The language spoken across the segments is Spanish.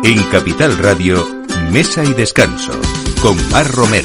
En Capital Radio, Mesa y Descanso, con Mar Romero.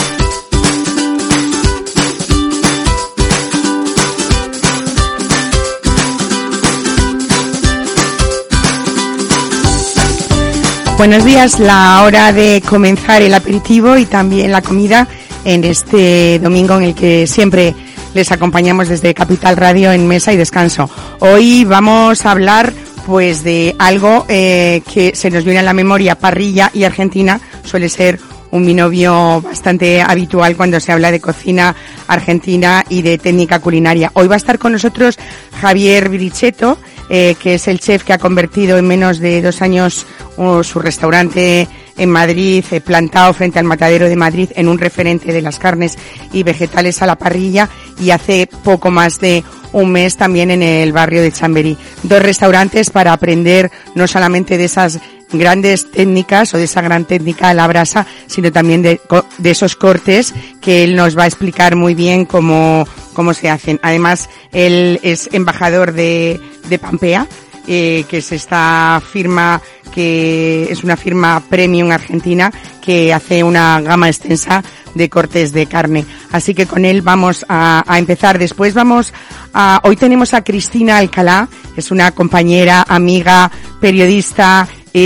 Buenos días, la hora de comenzar el aperitivo y también la comida en este domingo en el que siempre les acompañamos desde Capital Radio en Mesa y Descanso. Hoy vamos a hablar pues de algo que se nos viene a la memoria. Parrilla y Argentina suele ser un binomio bastante habitual cuando se habla de cocina argentina y de técnica culinaria. Hoy va a estar con nosotros Javier Bricheto, que es el chef que ha convertido en menos de 2 años su restaurante en Madrid, plantado frente al Matadero de Madrid, en un referente de las carnes y vegetales a la parrilla, y hace poco más de un mes también en el barrio de Chamberí. 2 restaurantes para aprender no solamente de esas grandes técnicas o de esa gran técnica a la brasa, sino también de esos cortes que él nos va a explicar muy bien cómo se hacen. Además, él es embajador de Pampea, que es esta firma que es una firma premium argentina que hace una gama extensa de cortes de carne. Así que con él vamos a empezar. Después hoy tenemos a Cristina Alcalá, es una compañera, amiga, periodista,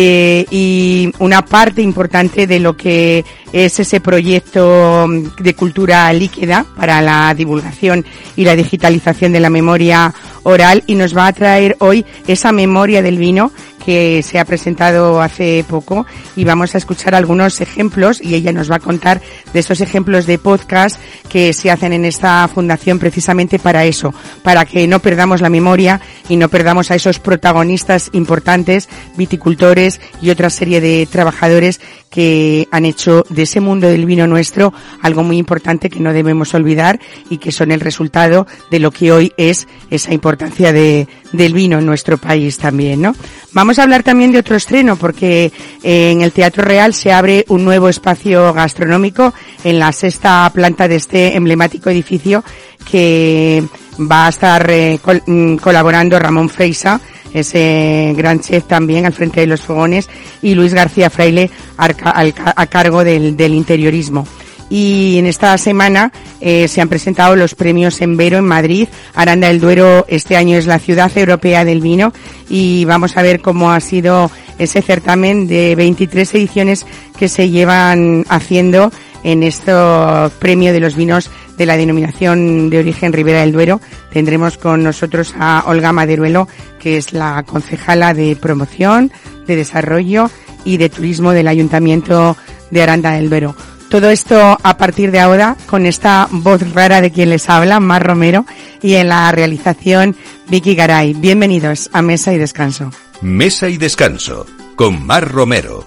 y una parte importante de lo que es ese proyecto de cultura líquida para la divulgación y la digitalización de la memoria oral, y nos va a traer hoy esa memoria del vino que se ha presentado hace poco, y vamos a escuchar algunos ejemplos, y ella nos va a contar de esos ejemplos de podcast que se hacen en esta fundación precisamente para eso, para que no perdamos la memoria y no perdamos a esos protagonistas importantes, viticultores y otra serie de trabajadores que han hecho de ese mundo del vino nuestro algo muy importante que no debemos olvidar, y que son el resultado de lo que hoy es esa importancia del vino en nuestro país también, ¿no? Vamos a hablar también de otro estreno, porque en el Teatro Real se abre un nuevo espacio gastronómico en la 6ª planta de este emblemático edificio, que va a estar colaborando Ramón Freisa, ese gran chef también al frente de los fogones, y Luis García Fraile a cargo del interiorismo. Y en esta semana se han presentado los premios Envero en Madrid. Aranda del Duero este año es la ciudad europea del vino, y vamos a ver cómo ha sido ese certamen de 23 ediciones que se llevan haciendo en este premio de los vinos de la denominación de origen Ribera del Duero. Tendremos con nosotros a Olga Maderuelo, que es la concejala de promoción, de desarrollo y de turismo del Ayuntamiento de Aranda del Duero. Todo esto a partir de ahora, con esta voz rara de quien les habla, Mar Romero, y en la realización Vicky Garay. Bienvenidos a Mesa y Descanso. Mesa y Descanso, con Mar Romero.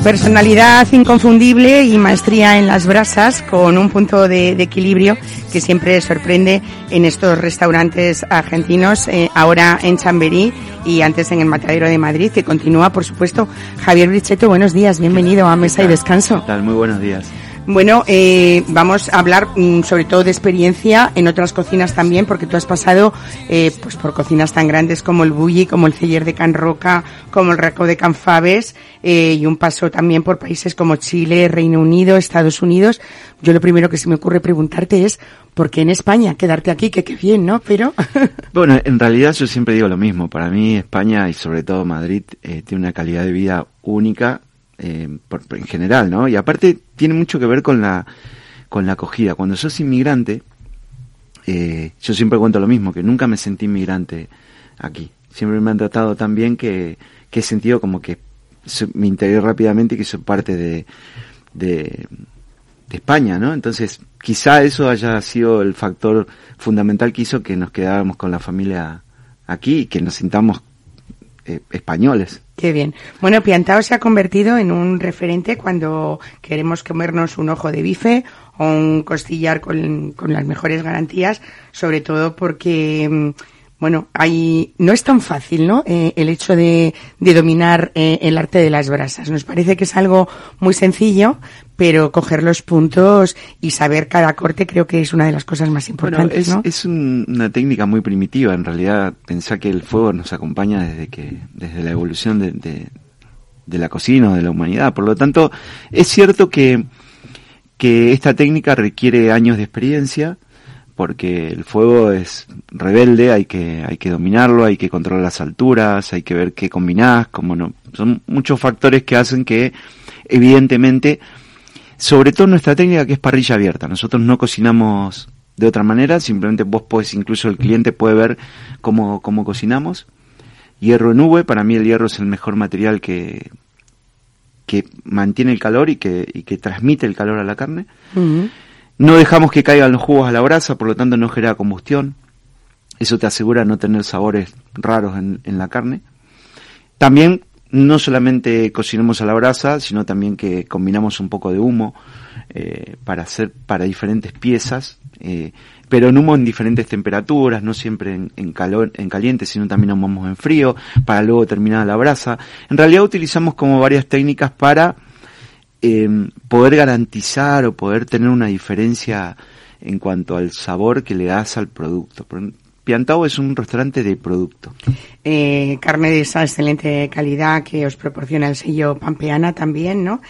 Personalidad inconfundible y maestría en las brasas, con un punto de equilibrio que siempre sorprende en estos restaurantes argentinos, ahora en Chamberí y antes en el Matadero de Madrid, que continúa, por supuesto. Javier Brichetto, buenos días, bienvenido a Mesa y Descanso. ¿Qué tal? Muy buenos días. Bueno, vamos a hablar sobre todo de experiencia en otras cocinas también, porque tú has pasado pues por cocinas tan grandes como el Bulli, como el Celler de Can Roca, como el Racó de Can Faves, y un paso también por países como Chile, Reino Unido, Estados Unidos. Yo lo primero que se me ocurre preguntarte es, ¿por qué en España? Quedarte aquí, que qué bien, ¿no? Pero bueno, en realidad yo siempre digo lo mismo. Para mí España y sobre todo Madrid tiene una calidad de vida única. En general, ¿no? Y aparte tiene mucho que ver con la acogida. Cuando sos inmigrante, yo siempre cuento lo mismo, que nunca me sentí inmigrante aquí. Siempre me han tratado tan bien que he sentido como que me integré rápidamente y que soy parte de España, ¿no? Entonces, quizá eso haya sido el factor fundamental que hizo que nos quedáramos con la familia aquí y que nos sintamos españoles. Qué bien. Bueno, Piantao se ha convertido en un referente cuando queremos comernos un ojo de bife o un costillar con las mejores garantías, sobre todo porque, bueno, no es tan fácil, ¿no? El hecho de dominar el arte de las brasas. Nos parece que es algo muy sencillo, pero coger los puntos y saber cada corte creo que es una de las cosas más importantes, bueno, ¿no? Es una técnica muy primitiva. En realidad, pensá que el fuego nos acompaña desde la evolución de la cocina o de la humanidad. Por lo tanto, es cierto que esta técnica requiere años de experiencia, porque el fuego es rebelde, hay que dominarlo, hay que controlar las alturas, hay que ver qué combinás, cómo no. Son muchos factores que hacen que, evidentemente, sobre todo nuestra técnica, que es parrilla abierta. Nosotros no cocinamos de otra manera, simplemente vos podés, incluso el cliente puede ver cómo cocinamos. Hierro en V, para mí el hierro es el mejor material que mantiene el calor y que transmite el calor a la carne. Uh-huh. No dejamos que caigan los jugos a la brasa, por lo tanto no genera combustión. Eso te asegura no tener sabores raros en la carne. También no solamente cocinamos a la brasa, sino también que combinamos un poco de humo para diferentes piezas, pero en humo en diferentes temperaturas, no siempre en caliente, sino también ahumamos en frío, para luego terminar a la brasa. En realidad utilizamos como varias técnicas para poder garantizar o poder tener una diferencia en cuanto al sabor que le das al producto. Piantao es un restaurante de producto. Carne de esa excelente calidad que os proporciona el sello Pampeana también, ¿no?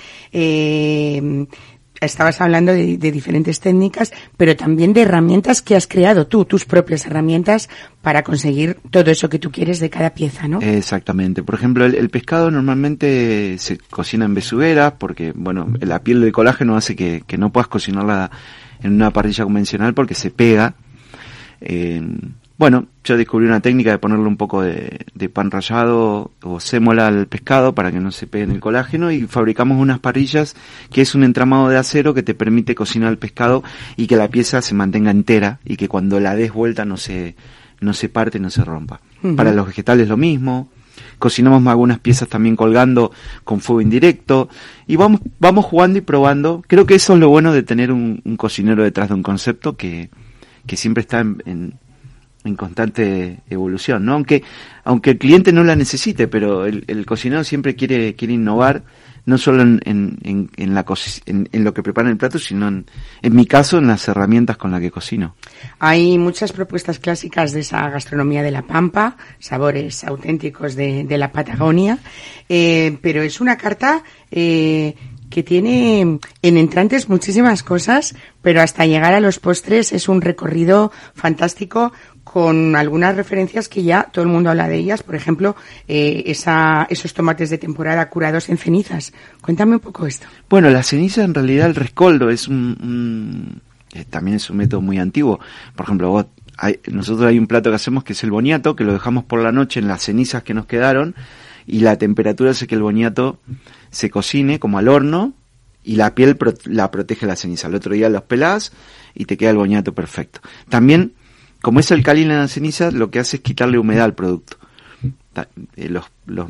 Estabas hablando de diferentes técnicas, pero también de herramientas que has creado tú, tus propias herramientas para conseguir todo eso que tú quieres de cada pieza, ¿no? Exactamente. Por ejemplo, el pescado normalmente se cocina en besugueras porque, bueno, la piel del colágeno hace que no puedas cocinarla en una parrilla convencional porque se pega. Bueno, yo descubrí una técnica de ponerle un poco de pan rallado o sémola al pescado para que no se pegue en el colágeno, y fabricamos unas parrillas que es un entramado de acero que te permite cocinar el pescado y que la pieza se mantenga entera y que cuando la des vuelta no se parte, no se rompa. Uh-huh. Para los vegetales lo mismo. Cocinamos algunas piezas también colgando con fuego indirecto y vamos jugando y probando. Creo que eso es lo bueno de tener un cocinero detrás de un concepto que siempre está en constante evolución, ¿no? Aunque el cliente no la necesite, pero el cocinero siempre quiere innovar, no solo en lo que prepara el plato, sino en mi caso, en las herramientas con las que cocino. Hay muchas propuestas clásicas de esa gastronomía de la Pampa, sabores auténticos de la Patagonia, pero es una carta que tiene en entrantes muchísimas cosas, pero hasta llegar a los postres es un recorrido fantástico, con algunas referencias que ya todo el mundo habla de ellas. Por ejemplo, esos tomates de temporada curados en cenizas. Cuéntame un poco esto. Bueno, la ceniza, en realidad, el rescoldo es también es un método muy antiguo. Por ejemplo, nosotros hay un plato que hacemos que es el boniato, que lo dejamos por la noche en las cenizas que nos quedaron, y la temperatura hace que el boniato se cocine como al horno, y la piel la protege la ceniza. El otro día los pelás y te queda el boniato perfecto. También, como es alcalina en la ceniza, lo que hace es quitarle humedad al producto.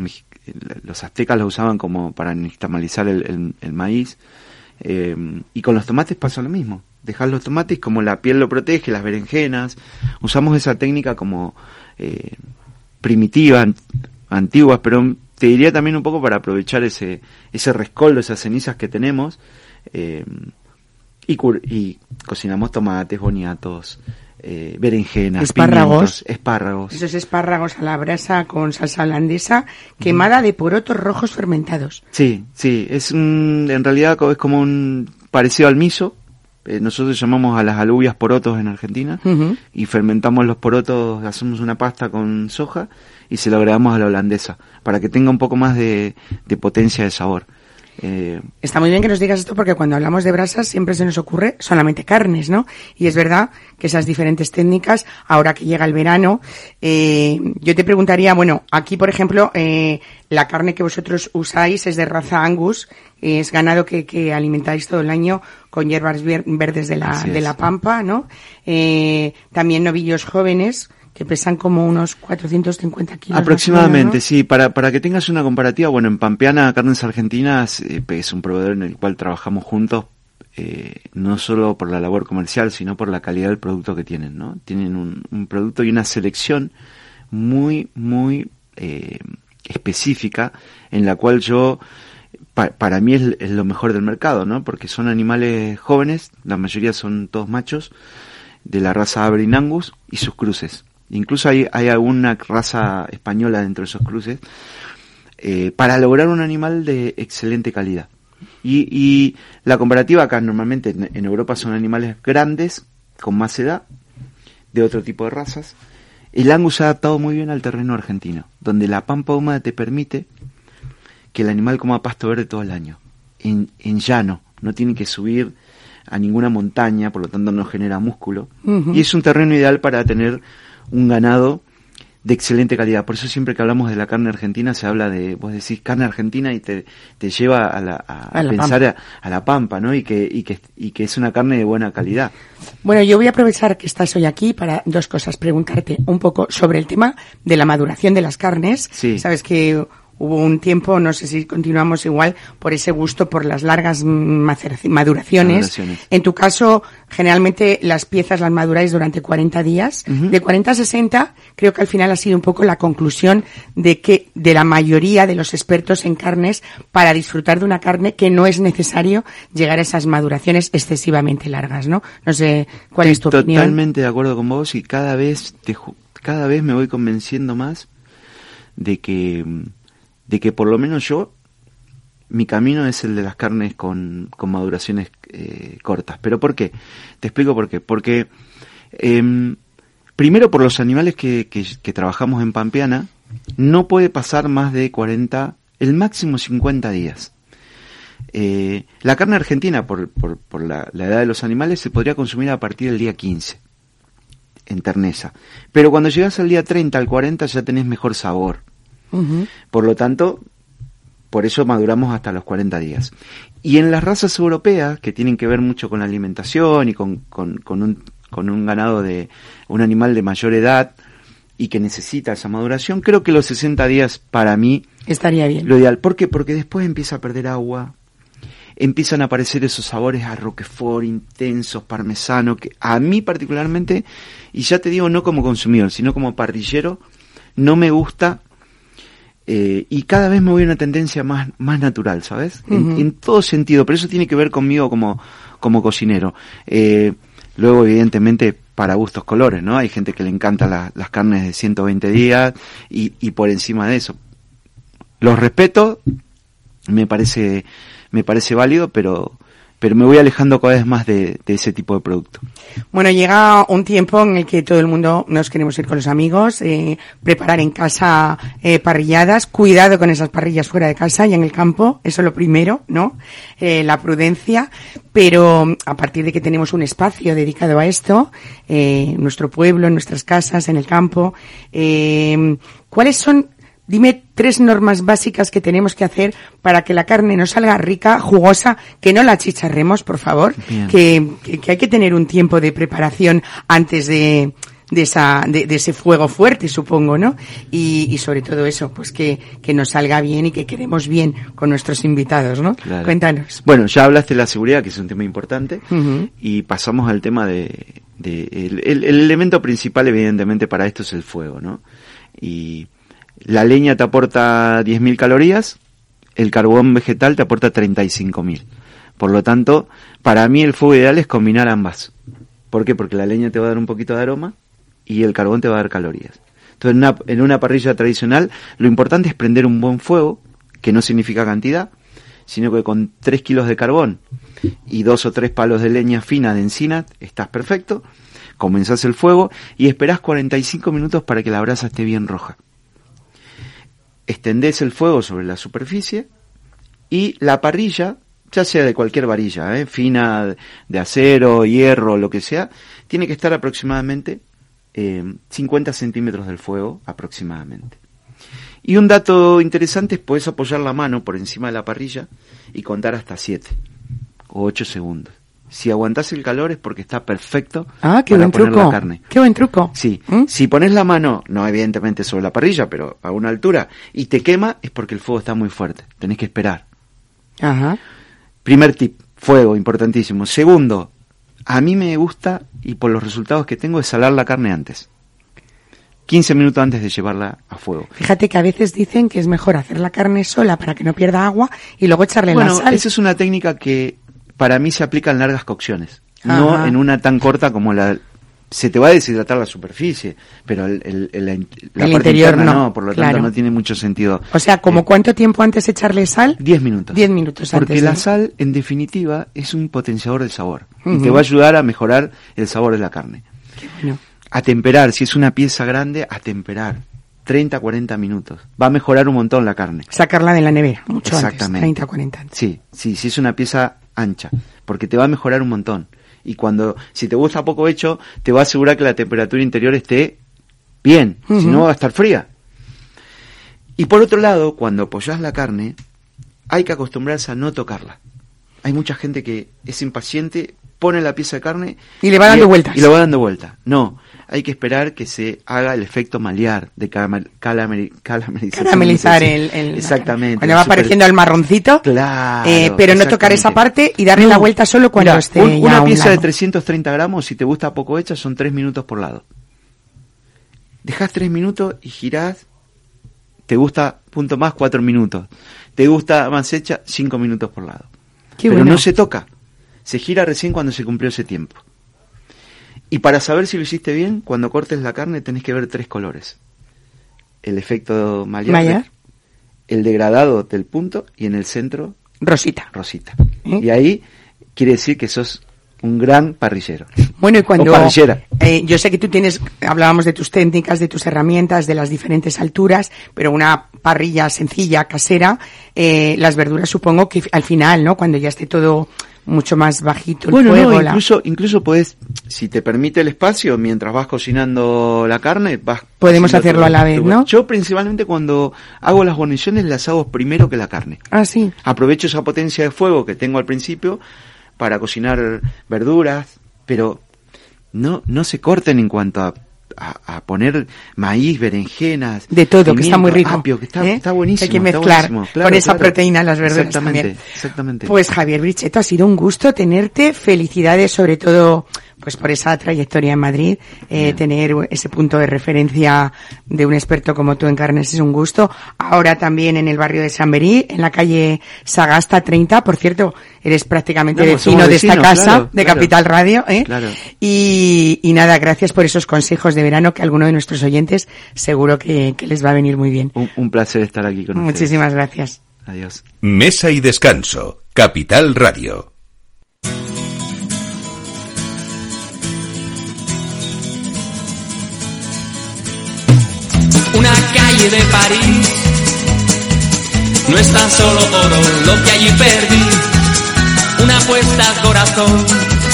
los aztecas lo usaban como para nixtamalizar el maíz. Y con los tomates pasa lo mismo. Dejar los tomates como la piel lo protege, las berenjenas. Usamos esa técnica como primitiva, antigua, pero te diría también un poco para aprovechar ese rescoldo, esas cenizas que tenemos. Y cocinamos tomates, boniatos, berenjenas, espárragos. Esos espárragos a la brasa con salsa holandesa quemada de porotos rojos fermentados. Sí, en realidad es como un parecido al miso. Nosotros llamamos a las alubias porotos en Argentina, y fermentamos los porotos, hacemos una pasta con soja y se lo agregamos a la holandesa para que tenga un poco más de potencia de sabor. Está muy bien que nos digas esto, porque cuando hablamos de brasas siempre se nos ocurre solamente carnes, ¿no? Y es verdad que esas diferentes técnicas, ahora que llega el verano, yo te preguntaría, bueno, aquí por ejemplo, la carne que vosotros usáis es de raza Angus, es ganado que alimentáis todo el año con hierbas verdes de la pampa, ¿no? También novillos jóvenes que pesan como unos 450 kilos. Aproximadamente, menos, ¿no? Sí. Para que tengas una comparativa, bueno, en Pampeana Carnes Argentinas es un proveedor en el cual trabajamos juntos, no solo por la labor comercial, sino por la calidad del producto que tienen, ¿no? Tienen un producto y una selección muy, muy específica, en la cual para mí es lo mejor del mercado, ¿no? Porque son animales jóvenes, la mayoría son todos machos, de la raza Aberdeen Angus y sus cruces. Incluso hay alguna raza española dentro de esos cruces, para lograr un animal de excelente calidad. Y la comparativa acá normalmente en Europa son animales grandes, con más edad, de otro tipo de razas. El Angus se ha adaptado muy bien al terreno argentino, donde la pampa húmeda te permite que el animal coma pasto verde todo el año, en llano, no tiene que subir a ninguna montaña, por lo tanto no genera músculo, y es un terreno ideal para tener un ganado de excelente calidad. Por eso siempre que hablamos de la carne argentina se habla de, vos decís carne argentina y te lleva a pensar a la pampa, ¿no? Y que es una carne de buena calidad. Bueno, yo voy a aprovechar que estás hoy aquí para dos cosas, preguntarte un poco sobre el tema de la maduración de las carnes. Sí. Sabes que hubo un tiempo, no sé si continuamos igual, por ese gusto por las largas maduraciones. En tu caso, generalmente las piezas las maduráis durante 40 días. De 40 a 60, creo que al final ha sido un poco la conclusión de la mayoría de los expertos en carnes, para disfrutar de una carne, que no es necesario llegar a esas maduraciones excesivamente largas, ¿no? No sé cuál es tu opinión. Totalmente de acuerdo con vos, y cada vez me voy convenciendo más de que por lo menos mi camino es el de las carnes con maduraciones cortas. ¿Pero por qué? Te explico por qué. Porque, primero, por los animales que trabajamos en Pampeana, no puede pasar más de 40, el máximo 50 días. La carne argentina, por la edad de los animales, se podría consumir a partir del día 15, en terneza. Pero cuando llegas al día 30, al 40, ya tenés mejor sabor. Por lo tanto, por eso maduramos hasta los 40 días. Y en las razas europeas, que tienen que ver mucho con la alimentación y con un ganado de un animal de mayor edad y que necesita esa maduración, creo que los 60 días para mí estaría bien. Lo ideal. ¿Por qué? Porque después empieza a perder agua, empiezan a aparecer esos sabores a roquefort intensos, parmesano, que a mí particularmente, y ya te digo, no como consumidor, sino como parrillero, no me gusta. Y cada vez me voy a una tendencia más natural, ¿sabes? En todo sentido, pero eso tiene que ver conmigo como cocinero. Luego, evidentemente, para gustos colores, ¿no? Hay gente que le encanta las carnes de 120 días y por encima de eso. Los respeto, me parece válido, pero me voy alejando cada vez más de ese tipo de producto. Bueno, llega un tiempo en el que todo el mundo nos queremos ir con los amigos, preparar en casa parrilladas, cuidado con esas parrillas fuera de casa y en el campo, eso es lo primero, ¿no? La prudencia, pero a partir de que tenemos un espacio dedicado a esto, en nuestro pueblo, en nuestras casas, en el campo, ¿cuáles son? Dime 3 normas básicas que tenemos que hacer para que la carne nos salga rica, jugosa, que no la achicharremos, por favor, que hay que tener un tiempo de preparación antes de de ese fuego fuerte, supongo, ¿no? Y sobre todo eso, pues que nos salga bien y que quedemos bien con nuestros invitados, ¿no? Claro. Cuéntanos. Bueno, ya hablaste de la seguridad, que es un tema importante, y pasamos al tema el elemento principal, evidentemente, para esto es el fuego, ¿no? Y la leña te aporta 10.000 calorías, el carbón vegetal te aporta 35.000. Por lo tanto, para mí el fuego ideal es combinar ambas. ¿Por qué? Porque la leña te va a dar un poquito de aroma y el carbón te va a dar calorías. Entonces, en una parrilla tradicional, lo importante es prender un buen fuego, que no significa cantidad, sino que con 3 kilos de carbón y 2 o 3 palos de leña fina de encina, estás perfecto. Comenzás el fuego y esperás 45 minutos para que la brasa esté bien roja. Extendés el fuego sobre la superficie y la parrilla, ya sea de cualquier varilla, fina, de acero, hierro, lo que sea, tiene que estar aproximadamente 50 centímetros del fuego aproximadamente. Y un dato interesante es puedes apoyar la mano por encima de la parrilla y contar hasta 7 o 8 segundos. Si aguantás el calor es porque está perfecto qué para buen poner truco. la carne. Qué buen truco. Sí. Si pones la mano, no evidentemente sobre la parrilla, pero a una altura, y te quema, es porque el fuego está muy fuerte. Tenés que esperar. Ajá. Primer tip, fuego, importantísimo. Segundo, a mí me gusta, y por los resultados que tengo, es salar la carne antes. 15 minutos antes de llevarla a fuego. Fíjate que a veces dicen que es mejor hacer la carne sola para que no pierda agua y luego echarle la sal. Esa es una técnica que para mí se aplica en largas cocciones, no en una tan corta como se te va a deshidratar la superficie, pero la parte interior interna no, por lo tanto no tiene mucho sentido. O sea, ¿como cuánto tiempo antes echarle sal? 10 minutos. 10 minutos antes. Porque la sal, en definitiva, es un potenciador del sabor y te va a ayudar a mejorar el sabor de la carne. Qué bueno. A temperar, si es una pieza grande, a temperar 30 a 40 minutos. Va a mejorar un montón la carne. Sacarla de la nevera, mucho Exactamente. antes, 30 a 40 antes. Sí, si es una pieza ancha, porque te va a mejorar un montón. Y si te gusta poco hecho, te va a asegurar que la temperatura interior esté bien, si no va a estar fría. Y por otro lado, cuando apoyás la carne, hay que acostumbrarse a no tocarla. Hay mucha gente que es impaciente, pone la pieza de carne y le va dando vueltas. Y lo va dando vuelta. No, hay que esperar que se haga el efecto Maillard de caramelizar exactamente. Cuando va apareciendo el marroncito, claro, pero no tocar esa parte y darle la vuelta solo cuando esté una ya pieza de 330 gramos, si te gusta poco hecha, son 3 minutos por lado. Dejás 3 minutos y girás. Te gusta punto más, 4 minutos. Te gusta más hecha, 5 minutos por lado. Pero no se toca. Se gira recién cuando se cumplió ese tiempo. Y para saber si lo hiciste bien, cuando cortes la carne tenés que ver 3 colores. El efecto Maillard, el degradado del punto y en el centro rosita. Y ahí quiere decir que sos un gran parrillero. Bueno, y cuando parrillera. Yo sé que tú hablábamos de tus técnicas, de tus herramientas, de las diferentes alturas, pero una parrilla sencilla, casera, las verduras supongo que al final, ¿no? Cuando ya esté todo mucho más bajito el fuego. Incluso podés, si te permite el espacio, mientras vas cocinando la carne, podemos hacerlo a la vez, ¿no? Yo principalmente cuando hago las guarniciones las hago primero que la carne. Ah, sí. Aprovecho esa potencia de fuego que tengo al principio para cocinar verduras, pero no se corten en cuanto a poner maíz, berenjenas, de todo, que está muy rico, apio, que está buenísimo. Hay que mezclar con esa proteína las verduras exactamente, también. Exactamente. Pues Javier Brichetto, ha sido un gusto tenerte, felicidades sobre todo pues por esa trayectoria en Madrid, tener ese punto de referencia de un experto como tú en carnes es un gusto. Ahora también en el barrio de San Berí, en la calle Sagasta 30, por cierto, eres prácticamente vecino de esta casa, de Capital Radio, Claro. Y nada, gracias por esos consejos de verano que a alguno de nuestros oyentes seguro que les va a venir muy bien. Un placer estar aquí con ustedes. Muchísimas gracias. Adiós. Mesa y descanso, Capital Radio. Una calle de París no es tan solo oro lo que allí perdí. Una apuesta al corazón.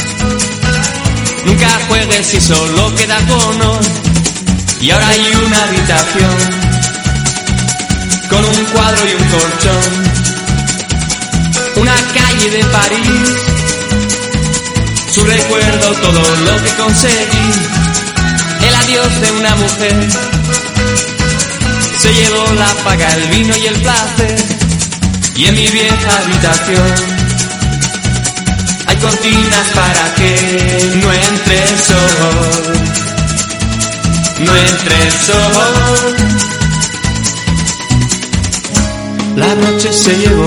Nunca juegues si solo queda honor. Y ahora hay una habitación con un cuadro y un colchón. Una calle de París, su recuerdo, todo lo que conseguí. El adiós de una mujer. Se llevó la paga, el vino y el placer. Y en mi vieja habitación hay cortinas para que no entre el sol. No entre el sol. La noche se llevó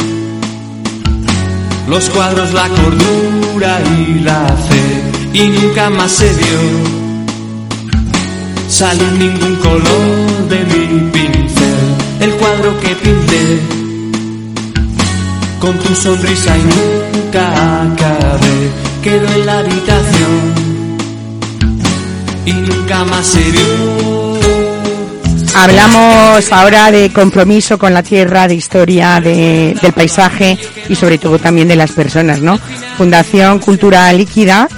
los cuadros, la cordura y la fe, y nunca más se vio salir ningún color de mi pincel. El cuadro que pinté con tu sonrisa y nunca acabé quedó en la habitación y nunca más se vio. Hablamos ahora de compromiso con la tierra, de historia, del paisaje y sobre todo también de las personas, ¿no? Fundación Cultura Líquida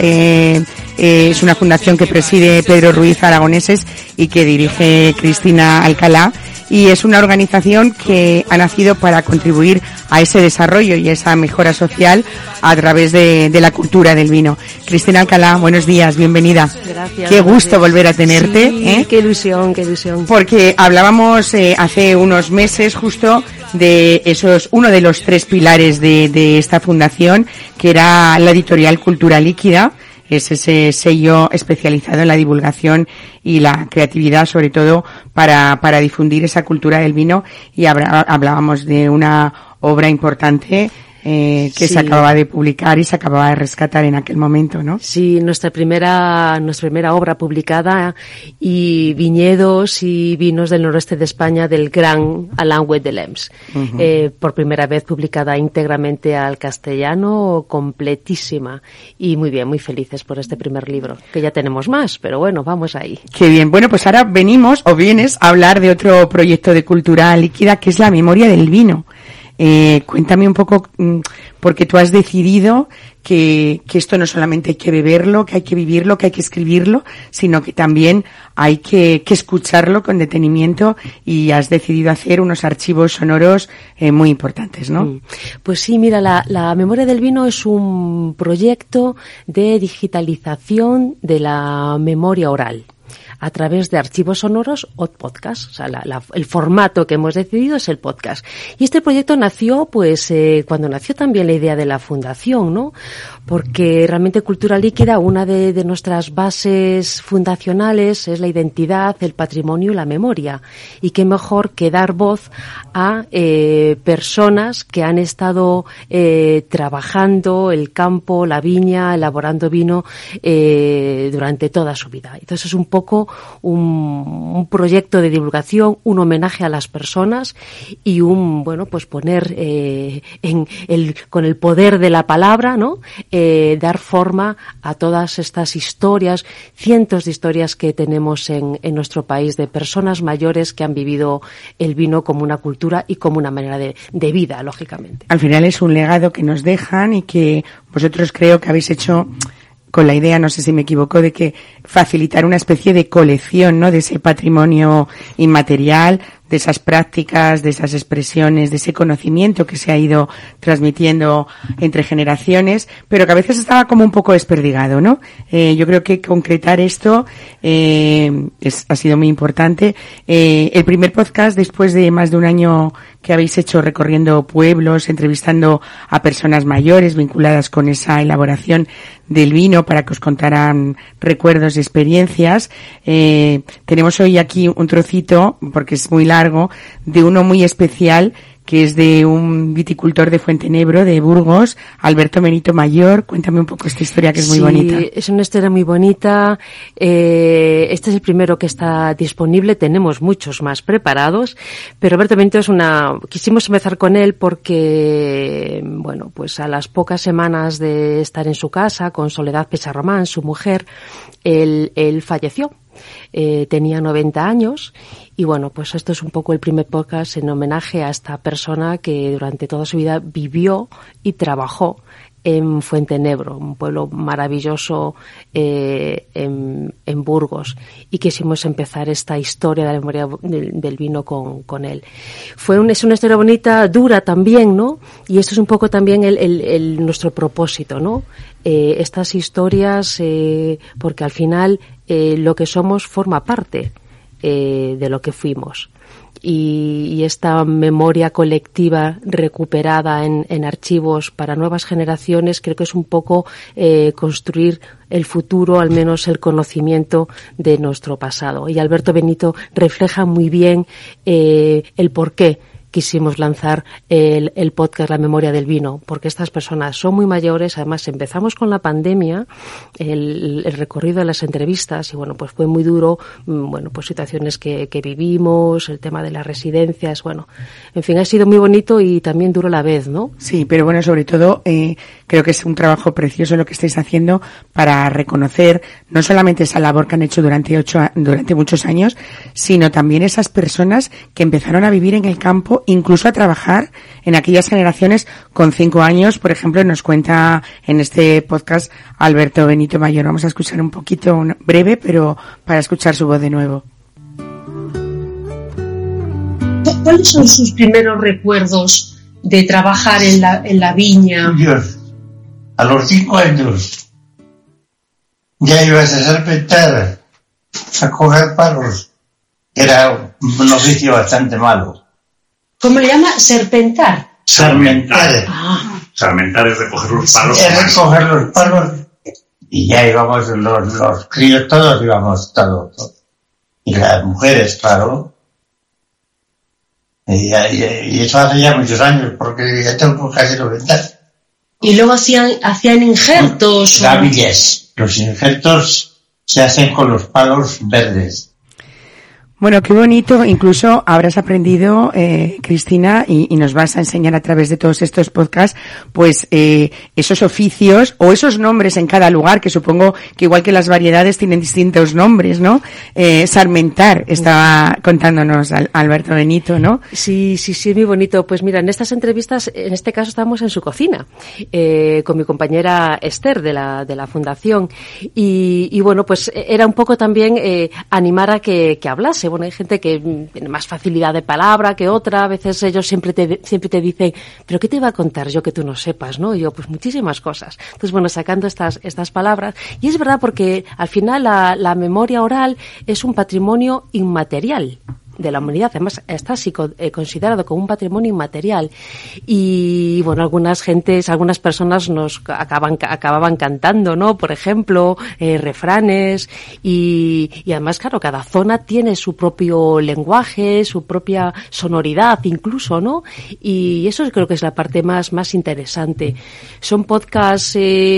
es una fundación que preside Pedro Ruiz Aragoneses y que dirige Cristina Alcalá, y es una organización que ha nacido para contribuir a ese desarrollo y esa mejora social a través de la cultura del vino. Cristina Alcalá, buenos días, bienvenida. Gracias. Qué gusto volver a tenerte. Sí, qué ilusión, qué ilusión. Porque hablábamos hace unos meses justo de uno de los 3 pilares de esta fundación, que era la editorial Cultura Líquida. Es ese sello especializado en la divulgación y la creatividad, sobre todo para difundir esa cultura del vino, y hablábamos de una obra importante que sí, se acababa de publicar y se acababa de rescatar en aquel momento, ¿no? Sí, nuestra primera obra publicada, y viñedos y vinos del noroeste de España del gran Alain Huet de Lems. Uh-huh. Por primera vez publicada íntegramente al castellano, completísima, y muy bien, muy felices por este primer libro, que ya tenemos más, pero bueno, vamos ahí. Qué bien. Bueno, pues ahora vienes a hablar de otro proyecto de Cultura Líquida, que es la memoria del vino. Cuéntame un poco, porque tú has decidido que esto no solamente hay que beberlo, que hay que vivirlo, que hay que escribirlo, sino que también hay que escucharlo con detenimiento, y has decidido hacer unos archivos sonoros muy importantes, ¿no? Pues sí, mira, la memoria del vino es un proyecto de digitalización de la memoria oral a través de archivos sonoros o podcast. O sea, el formato que hemos decidido es el podcast. Y este proyecto nació, pues, cuando nació también la idea de la fundación, ¿no? Porque realmente Cultura Líquida, una de nuestras bases fundacionales es la identidad, el patrimonio y la memoria. Y qué mejor que dar voz a personas que han estado trabajando el campo, la viña, elaborando vino durante toda su vida. Entonces es un poco un proyecto de divulgación, un homenaje a las personas y pues poner con el poder de la palabra, ¿no? Dar forma a todas estas historias, cientos de historias que tenemos en nuestro país, de personas mayores que han vivido el vino como una cultura y como una manera de vida, lógicamente. Al final es un legado que nos dejan y que vosotros creo que habéis hecho con la idea, no sé si me equivoco, de que facilitar una especie de colección, ¿no? De ese patrimonio inmaterial, de esas prácticas, de esas expresiones, de ese conocimiento que se ha ido transmitiendo entre generaciones, pero que a veces estaba como un poco desperdigado, ¿no? Yo creo que concretar esto ha sido muy importante. El primer podcast, después de más de un año que habéis hecho recorriendo pueblos, entrevistando a personas mayores vinculadas con esa elaboración del vino para que os contaran recuerdos y experiencias, tenemos hoy aquí un trocito, porque es muy largo, de uno muy especial, que es de un viticultor de Fuentenebro, de Burgos, Alberto Benito Mayor. Cuéntame un poco esta historia, que es muy bonita. Sí, es una historia muy bonita. Este es el primero que está disponible. Tenemos muchos más preparados, pero Alberto Benito quisimos empezar con él porque, bueno, pues a las pocas semanas de estar en su casa con Soledad Pesarromán, su mujer, él falleció. Tenía 90 años y bueno, pues esto es un poco el primer podcast en homenaje a esta persona que durante toda su vida vivió y trabajó en Fuentenebro, un pueblo maravilloso en Burgos, y quisimos empezar esta historia de la memoria del vino con él. Es una historia bonita, dura también, ¿no? Y esto es un poco también nuestro propósito, ¿no? Estas historias, porque al final lo que somos forma parte de lo que fuimos. Y esta memoria colectiva recuperada en archivos para nuevas generaciones creo que es un poco construir el futuro, al menos el conocimiento de nuestro pasado. Y Alberto Benito refleja muy bien el porqué quisimos lanzar el podcast La Memoria del Vino, porque estas personas son muy mayores. Además, empezamos con la pandemia, el recorrido de las entrevistas, y bueno, pues fue muy duro, bueno, pues situaciones que vivimos, el tema de las residencias, bueno, en fin, ha sido muy bonito y también duro a la vez, ¿no? Sí, pero bueno, sobre todo, creo que es un trabajo precioso lo que estáis haciendo para reconocer no solamente esa labor que han hecho durante muchos años, sino también esas personas que empezaron a vivir en el campo, incluso a trabajar en aquellas generaciones con 5 años. Por ejemplo, nos cuenta en este podcast Alberto Benito Mayor. Vamos a escuchar un poquito, breve, pero para escuchar su voz de nuevo. ¿Cuáles son sus primeros recuerdos de trabajar en la viña? Dios, a los 5 años ya ibas a serpentar, a coger palos. Era un oficio bastante malo. ¿Cómo le llama? ¿Serpentar? Sarmentar. Sarmentar es recoger los palos. Es recoger los palos y ya íbamos, los críos todos íbamos todos. Y las mujeres, claro. Y eso hace ya muchos años, porque ya tengo casi 90. Y luego hacían injertos. Gavillas. Los injertos se hacen con los palos verdes. Bueno, qué bonito. Incluso habrás aprendido, Cristina, y nos vas a enseñar a través de todos estos podcasts, pues esos oficios o esos nombres en cada lugar, que supongo que igual que las variedades tienen distintos nombres, ¿no? Sarmentar, estaba contándonos Alberto Benito, ¿no? Sí, muy bonito. Pues mira, en estas entrevistas, en este caso estamos en su cocina, con mi compañera Esther de la fundación, y bueno, pues era un poco también animar a que hablase. Bueno, hay gente que tiene más facilidad de palabra que otra. A veces ellos siempre te dicen, ¿pero qué te iba a contar yo que tú no sepas, no? Y yo, pues muchísimas cosas. Entonces, bueno, sacando estas palabras. Y es verdad, porque al final la memoria oral es un patrimonio inmaterial de la humanidad. Además, está así considerado como un patrimonio inmaterial. Y bueno, algunas personas nos acababan cantando, ¿no? Por ejemplo, refranes, y además, claro, cada zona tiene su propio lenguaje, su propia sonoridad incluso, ¿no? Y eso creo que es la parte más interesante. Son podcasts,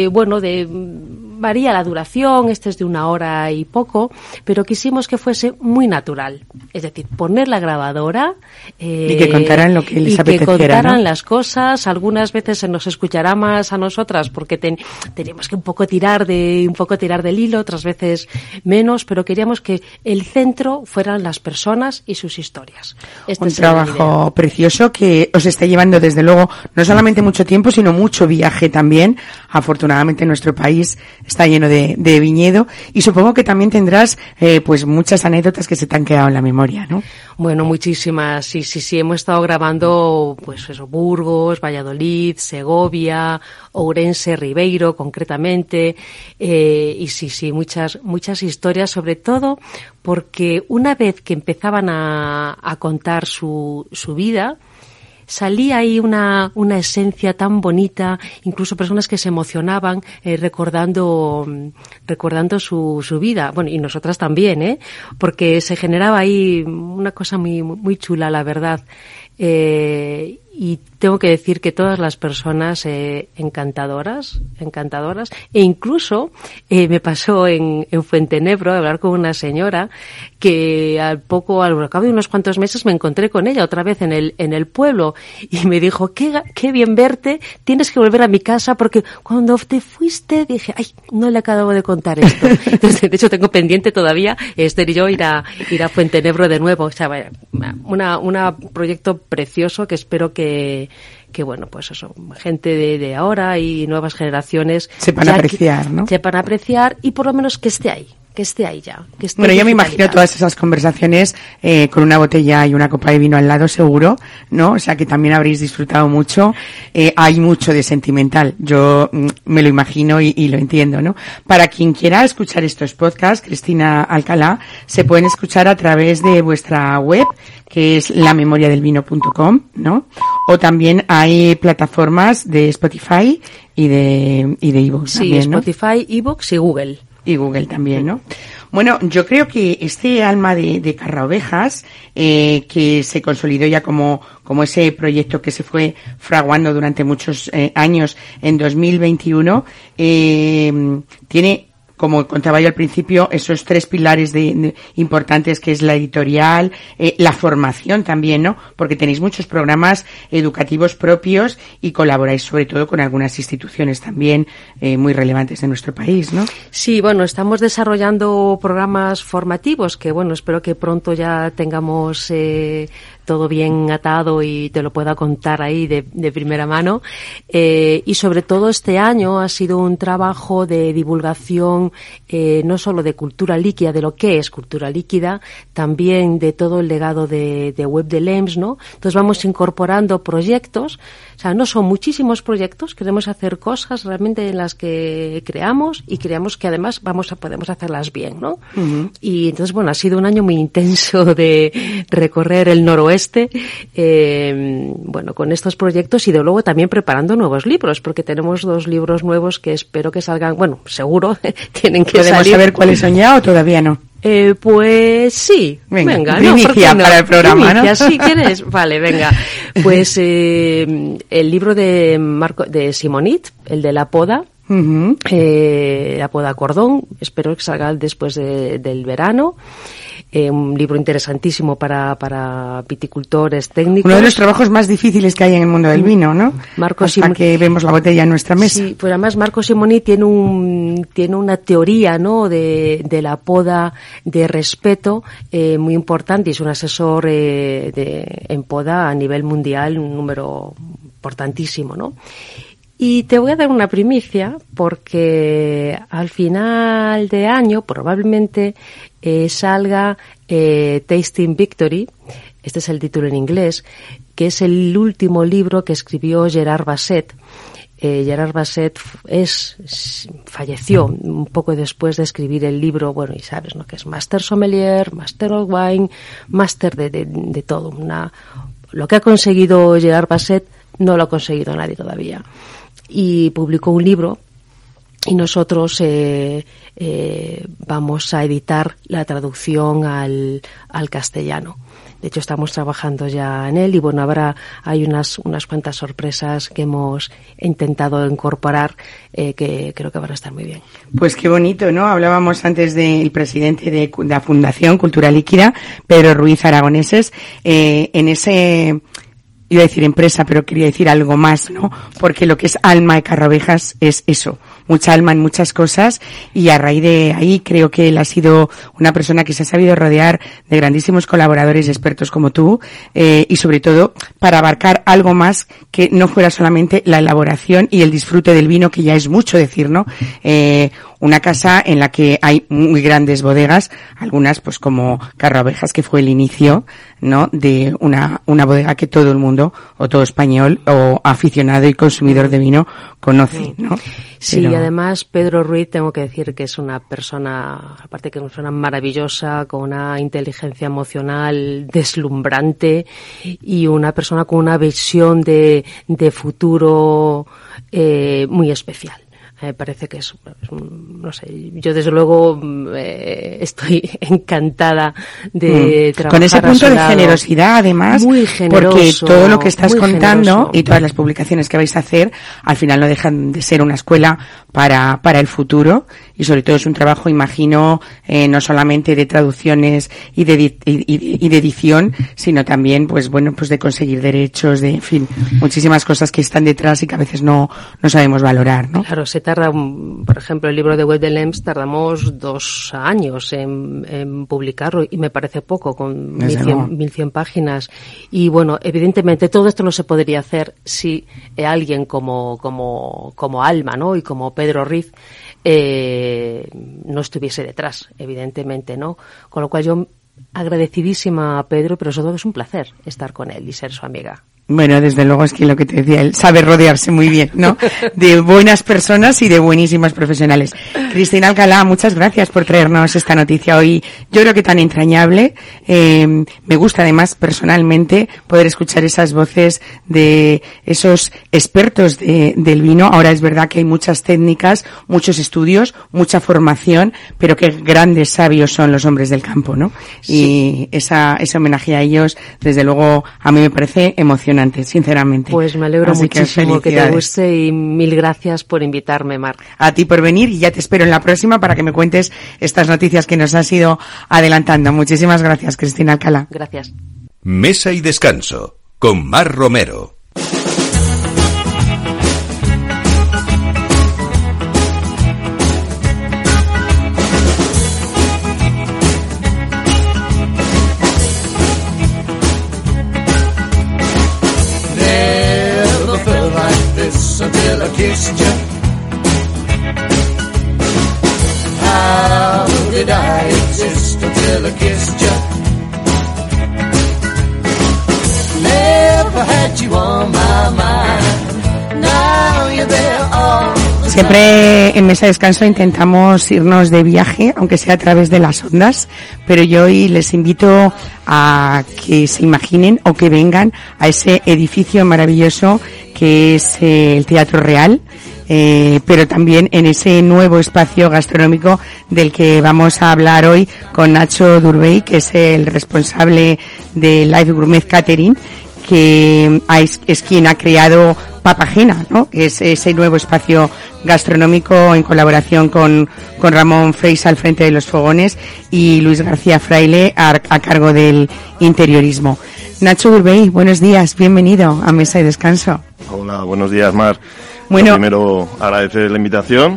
varía la duración, este es de 1 hora y poco, pero quisimos que fuese muy natural. Es decir, poner la grabadora y que contaran lo que les apeteciera, que contaran, ¿no? las cosas. Algunas veces se nos escuchará más a nosotras porque teníamos que un poco tirar del hilo, otras veces menos, pero queríamos que el centro fueran las personas y sus historias. Un trabajo precioso que os está llevando, desde luego, no solamente mucho tiempo, sino mucho viaje también. Afortunadamente nuestro país está lleno de viñedo, y supongo que también tendrás pues muchas anécdotas que se te han quedado en la memoria, ¿no? Bueno, muchísimas, sí, hemos estado grabando, pues eso, Burgos, Valladolid, Segovia, Ourense, Ribeiro, concretamente, y sí, muchas historias, sobre todo porque una vez que empezaban a contar su vida, salía ahí una esencia tan bonita, incluso personas que se emocionaban recordando su vida. Bueno, y nosotras también, porque se generaba ahí una cosa muy chula, la verdad. Y tengo que decir que todas las personas encantadoras, e incluso me pasó en Fuentenebro hablar con una señora que al cabo de unos cuantos meses me encontré con ella otra vez en el pueblo, y me dijo, qué bien verte, tienes que volver a mi casa porque cuando te fuiste dije, ay, no le acabo de contar esto. Entonces, de hecho tengo pendiente todavía, Esther y yo, ir a Fuentenebro de nuevo. O sea, vaya, un proyecto precioso que espero que bueno, pues eso, gente de ahora y nuevas generaciones sepan apreciar, ¿no? Sepan apreciar, y por lo menos que esté ahí, que esté ahí ya. Que esté Bueno, yo me imagino todas esas conversaciones con una botella y una copa de vino al lado, seguro, ¿no? O sea, que también habréis disfrutado mucho. Hay mucho de sentimental. Yo me lo imagino y lo entiendo, ¿no? Para quien quiera escuchar estos podcasts, Cristina Alcalá, se pueden escuchar a través de vuestra web, que es lamemoriadelvino.com, ¿no? O también hay plataformas de Spotify y de iVoox. Sí, también, ¿no? Spotify, iVoox y Google. Y Google también, ¿no? Bueno, yo creo que este alma de Carraovejas, que se consolidó ya como ese proyecto que se fue fraguando durante muchos años en 2021, tiene, como contaba yo al principio, esos 3 pilares importantes, que es la editorial, la formación también, ¿no? Porque tenéis muchos programas educativos propios y colaboráis sobre todo con algunas instituciones también muy relevantes de nuestro país, ¿no? Sí, bueno, estamos desarrollando programas formativos que, bueno, espero que pronto ya tengamos todo bien atado y te lo pueda contar ahí de primera mano. Y sobre todo este año ha sido un trabajo de divulgación no solo de cultura líquida, de lo que es cultura líquida, también de todo el legado de Web de LEMS, ¿no? Entonces vamos incorporando proyectos, o sea, no son muchísimos proyectos, queremos hacer cosas realmente en las que creamos y creamos que además podemos hacerlas bien, ¿no? Uh-huh. Y entonces, bueno, ha sido un año muy intenso de recorrer el noroeste, bueno, con estos proyectos y de luego también preparando nuevos libros, porque tenemos 2 libros nuevos que espero que salgan, bueno, seguro, tienen que ¿Podemos salir. saber cuáles son ya o todavía no? Pues sí, venga, primicia para el programa, primicia, ¿no? ¿Sí quieres? Vale, venga. Pues el libro de Simonit, el de la poda, uh-huh. La poda cordón, espero que salga después del verano. Un libro interesantísimo para viticultores técnicos. Uno de los trabajos más difíciles que hay en el mundo del vino, ¿no? Hasta que vemos la botella en nuestra mesa. Sí, pues además Marco Simoni tiene una teoría, ¿no? de la poda de respeto muy importante, y es un asesor en poda a nivel mundial, un número importantísimo, ¿no? Y te voy a dar una primicia, porque al final de año probablemente salga Tasting Victory, este es el título en inglés, que es el último libro que escribió Gerard Basset. Gerard Basset falleció un poco después de escribir el libro, bueno, y sabes, ¿no? Que es Master Sommelier, Master of Wine, Master de todo. Lo que ha conseguido Gerard Basset no lo ha conseguido nadie todavía. Y publicó un libro y nosotros vamos a editar la traducción al castellano. De hecho, estamos trabajando ya en él y bueno, hay unas cuantas sorpresas que hemos intentado incorporar que creo que van a estar muy bien. Pues qué bonito, ¿no? Hablábamos antes del presidente de la Fundación Cultura Líquida, Pedro Ruiz Aragoneses, en ese... iba a decir empresa, pero quería decir algo más, ¿no? Porque lo que es alma de Carraovejas es eso, mucha alma en muchas cosas, y a raíz de ahí creo que él ha sido una persona que se ha sabido rodear de grandísimos colaboradores y expertos como tú, y sobre todo para abarcar algo más que no fuera solamente la elaboración y el disfrute del vino, que ya es mucho decir, ¿no? Una casa en la que hay muy grandes bodegas, algunas pues como Carraovejas, que fue el inicio, ¿no? De una bodega que todo el mundo, o todo español, o aficionado y consumidor de vino conoce, ¿no? Sí, y además Pedro Ruiz, tengo que decir que es una persona, aparte que es una persona maravillosa, con una inteligencia emocional deslumbrante y una persona con una visión de futuro muy especial. Me parece que no sé, yo desde luego estoy encantada de trabajar con ese punto de generosidad, además, muy generoso, porque todo lo que estás contando generoso. Y todas las publicaciones que vais a hacer, al final no dejan de ser una escuela para el futuro, y sobre todo es un trabajo, imagino, no solamente de traducciones y de edición, sino también, pues bueno, pues de conseguir derechos, en fin, muchísimas cosas que están detrás y que a veces no sabemos valorar, ¿no? Claro, por ejemplo, el libro de Web de LEMS tardamos 2 años en publicarlo, y me parece poco, con 1100 páginas. Y bueno, evidentemente todo esto no se podría hacer si alguien como Alma, ¿no? Y como Pedro Ruiz no estuviese detrás, evidentemente, ¿no? Con lo cual yo agradecidísima a Pedro, pero sobre todo es un placer estar con él y ser su amiga. Bueno, desde luego es que lo que te decía, él sabe rodearse muy bien, ¿no? De buenas personas y de buenísimos profesionales. Cristina Alcalá, muchas gracias por traernos esta noticia hoy, yo creo que tan entrañable. Me gusta además personalmente poder escuchar esas voces de esos expertos del vino. Ahora es verdad que hay muchas técnicas, muchos estudios, mucha formación, pero qué grandes sabios son los hombres del campo, ¿no? Sí. Y ese homenaje a ellos, desde luego, a mí me parece emocionante, sinceramente. Pues me alegro muchísimo que te guste y mil gracias por invitarme, Mar. A ti por venir y ya te espero en la próxima para que me cuentes estas noticias que nos has ido adelantando. Muchísimas gracias, Cristina Alcalá. Gracias. Mesa y Descanso, con Mar Romero. Until I kissed you. How did I exist until I kissed you? Never had you on my mind. Now you're there all the time. Siempre en Mesa de Descanso intentamos irnos de viaje, aunque sea a través de las ondas, pero yo hoy les invito a que se imaginen o que vengan a ese edificio maravilloso que es el Teatro Real, pero también en ese nuevo espacio gastronómico del que vamos a hablar hoy con Nacho Durbey, que es el responsable de Live Gourmet Catering, que es quien ha creado Papagena, ¿no? Que es ese nuevo espacio gastronómico en colaboración con Ramón Freisa al frente de los fogones y Luis García Fraile a cargo del interiorismo. Nacho Durbey, buenos días, bienvenido a Mesa y Descanso. Hola, buenos días, Mar. Bueno, primero agradecer la invitación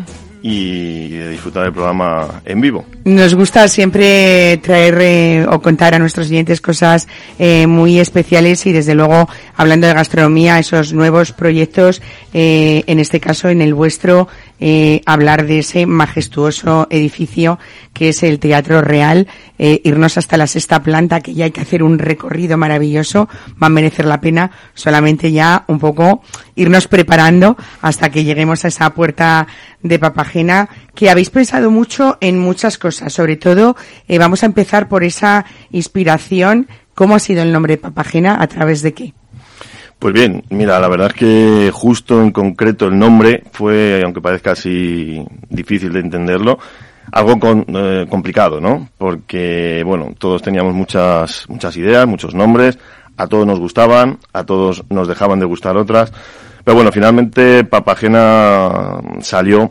y de disfrutar del programa en vivo. Nos gusta siempre traer o contar a nuestros oyentes cosas muy especiales y desde luego hablando de gastronomía, esos nuevos proyectos, en este caso en el vuestro, hablar de ese majestuoso edificio que es el Teatro Real, irnos hasta la sexta planta, que ya hay que hacer un recorrido maravilloso, va a merecer la pena solamente ya un poco irnos preparando hasta que lleguemos a esa puerta de Papagena, que habéis pensado mucho en muchas cosas, sobre todo vamos a empezar por esa inspiración. ¿Cómo ha sido el nombre de Papagena? ¿A través de qué? Pues bien, mira, la verdad es que justo en concreto el nombre fue, aunque parezca así difícil de entenderlo, algo complicado, ¿no? Porque, bueno, todos teníamos muchas ideas, muchos nombres, a todos nos gustaban, a todos nos dejaban de gustar otras, pero bueno, finalmente Papagena salió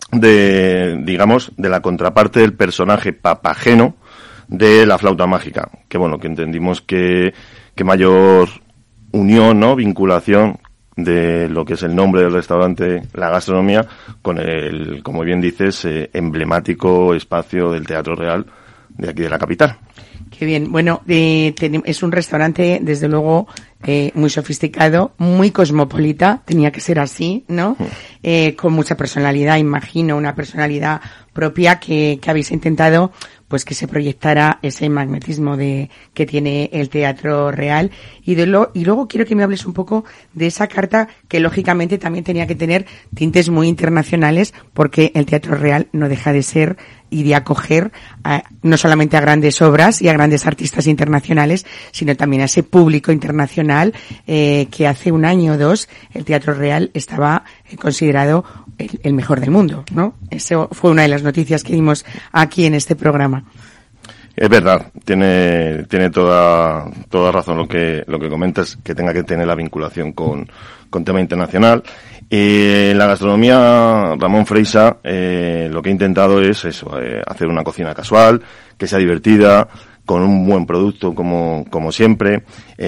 de, digamos, de la contraparte del personaje Papageno de La Flauta Mágica, que bueno, que entendimos que mayor unión, ¿no? Vinculación de lo que es el nombre del restaurante, la gastronomía, con el, como bien dices, emblemático espacio del Teatro Real de aquí de la capital. Qué bien. Bueno, es un restaurante, desde luego, muy sofisticado, muy cosmopolita, tenía que ser así, ¿no? Con mucha personalidad, imagino, una personalidad propia que habéis intentado, pues que se proyectara ese magnetismo que tiene el Teatro Real. Y luego quiero que me hables un poco de esa carta que lógicamente también tenía que tener tintes muy internacionales, porque el Teatro Real no deja de ser y de acoger no solamente a grandes obras y a grandes artistas internacionales, sino también a ese público internacional que hace un año o dos el Teatro Real estaba considerado el mejor del mundo, ¿no? Eso fue una de las noticias que dimos aquí en este programa. Es verdad, tiene toda razón lo que comentas, que tenga que tener la vinculación con tema internacional. En la gastronomía, Ramón Freisa, lo que ha intentado es eso, hacer una cocina casual, que sea divertida, con un buen producto como siempre,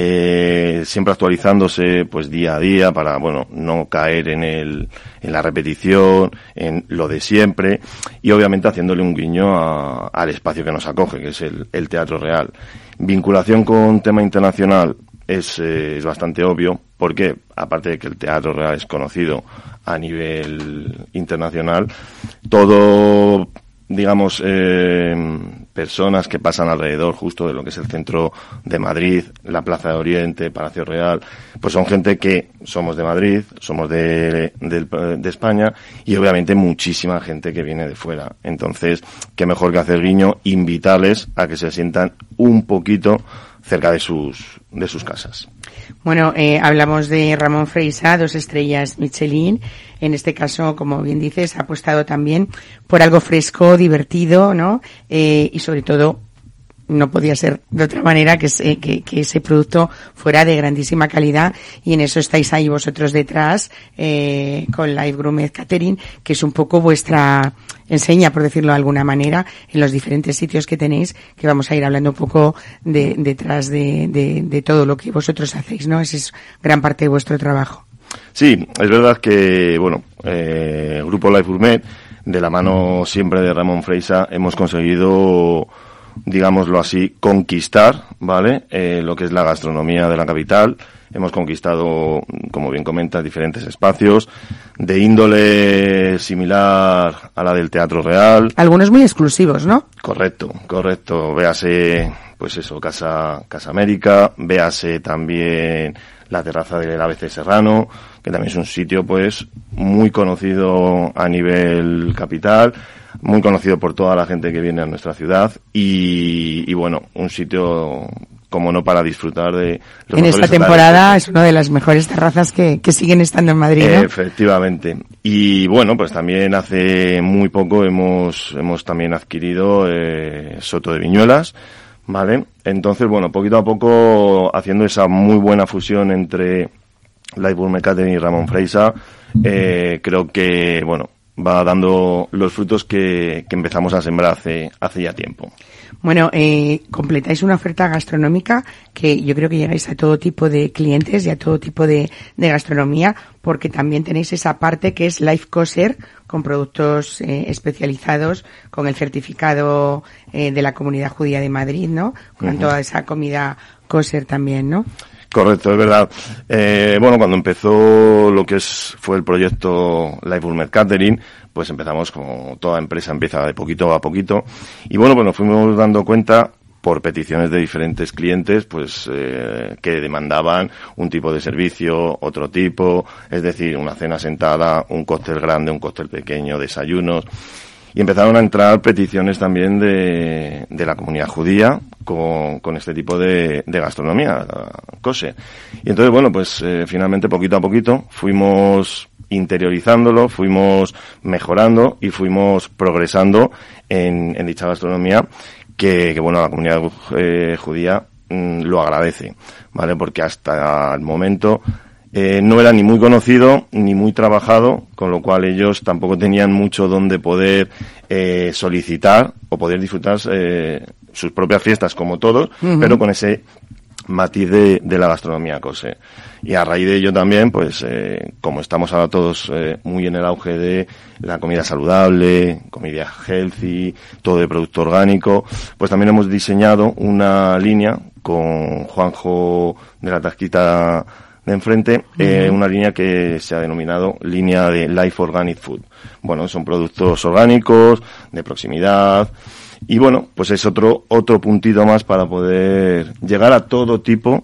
siempre actualizándose pues día a día para, bueno, no caer en la repetición, en lo de siempre, y obviamente haciéndole un guiño al espacio que nos acoge, que es el Teatro Real. Vinculación con tema internacional, es bastante obvio, porque aparte de que el Teatro Real es conocido a nivel internacional, todo, digamos, personas que pasan alrededor justo de lo que es el centro de Madrid, la Plaza de Oriente, Palacio Real, pues son gente que somos de Madrid, somos de España, y obviamente muchísima gente que viene de fuera. Entonces, qué mejor que hacer guiño, invitarles a que se sientan un poquito cerca de sus casas. Bueno, hablamos de Ramón Freisa, 2 estrellas Michelin. En este caso, como bien dices, ha apostado también por algo fresco, divertido, ¿no? Y sobre todo, no podía ser de otra manera que ese producto fuera de grandísima calidad, y en eso estáis ahí vosotros detrás, con Live Gourmet Catering, que es un poco vuestra enseña, por decirlo de alguna manera, en los diferentes sitios que tenéis, que vamos a ir hablando un poco detrás de todo lo que vosotros hacéis, ¿no? Esa es gran parte de vuestro trabajo. Sí, es verdad que, bueno, Grupo Live Gourmet, de la mano siempre de Ramón Freisa, hemos conseguido, digámoslo así, conquistar, ¿vale? Lo que es la gastronomía de la capital. Hemos conquistado, como bien comentas, diferentes espacios de índole similar a la del Teatro Real. Algunos muy exclusivos, ¿no? Correcto. Véase, pues eso, Casa América, véase también la terraza del ABC Serrano, que también es un sitio, pues, muy conocido a nivel capital, muy conocido por toda la gente que viene a nuestra ciudad, y bueno, un sitio, como no, para disfrutar de los en esta temporada es una de las mejores terrazas que siguen estando en Madrid, ¿no? Efectivamente. Y bueno, pues también hace muy poco hemos también adquirido Soto de Viñuelas, ¿vale? Entonces, bueno, poquito a poco, haciendo esa muy buena fusión entre Live Gourmet Catering y Ramón Freisa, creo que, bueno, va dando los frutos que empezamos a sembrar hace ya tiempo. Bueno, completáis una oferta gastronómica que yo creo que llegáis a todo tipo de clientes y a todo tipo de gastronomía, porque también tenéis esa parte que es Life Kosher, con productos especializados, con el certificado de la Comunidad Judía de Madrid, ¿no? Con toda esa comida kosher también, ¿no? Correcto, es verdad. Bueno, cuando empezó lo que fue el proyecto Live Gourmet Catering, pues empezamos, como toda empresa empieza de poquito a poquito, y bueno, pues nos fuimos dando cuenta, por peticiones de diferentes clientes, pues que demandaban un tipo de servicio, otro tipo, es decir, una cena sentada, un cóctel grande, un cóctel pequeño, desayunos. Y empezaron a entrar peticiones también de la comunidad judía con este tipo de gastronomía, kosher. Y entonces, bueno, pues finalmente, poquito a poquito, fuimos interiorizándolo, fuimos mejorando y fuimos progresando en dicha gastronomía que bueno, la comunidad judía lo agradece, ¿vale? Porque hasta el momento no era ni muy conocido ni muy trabajado, con lo cual ellos tampoco tenían mucho donde poder solicitar o poder disfrutar sus propias fiestas como todos, pero con ese matiz de la gastronomía kosher. Y a raíz de ello también, pues como estamos ahora todos muy en el auge de la comida saludable, comida healthy, todo de producto orgánico, pues también hemos diseñado una línea con Juanjo de la Tasquita de enfrente, una línea que se ha denominado línea de Life Organic Food. Bueno, son productos orgánicos, de proximidad, y bueno, pues es otro puntito más para poder llegar a todo tipo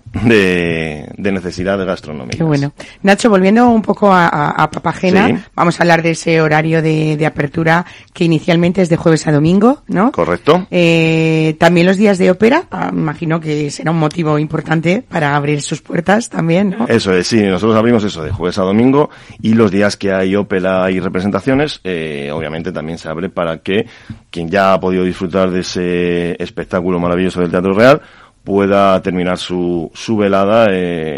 de necesidades gastronómicas. Qué bueno. Nacho, volviendo un poco a Papagena, sí, vamos a hablar de ese horario de apertura que inicialmente es de jueves a domingo, ¿no? Correcto. También los días de ópera, imagino que será un motivo importante para abrir sus puertas también, ¿no? Eso es, sí, nosotros abrimos eso de jueves a domingo, y los días que hay ópera y representaciones, obviamente también se abre para que quien ya ha podido disfrutar de ese espectáculo maravilloso del Teatro Real pueda terminar su velada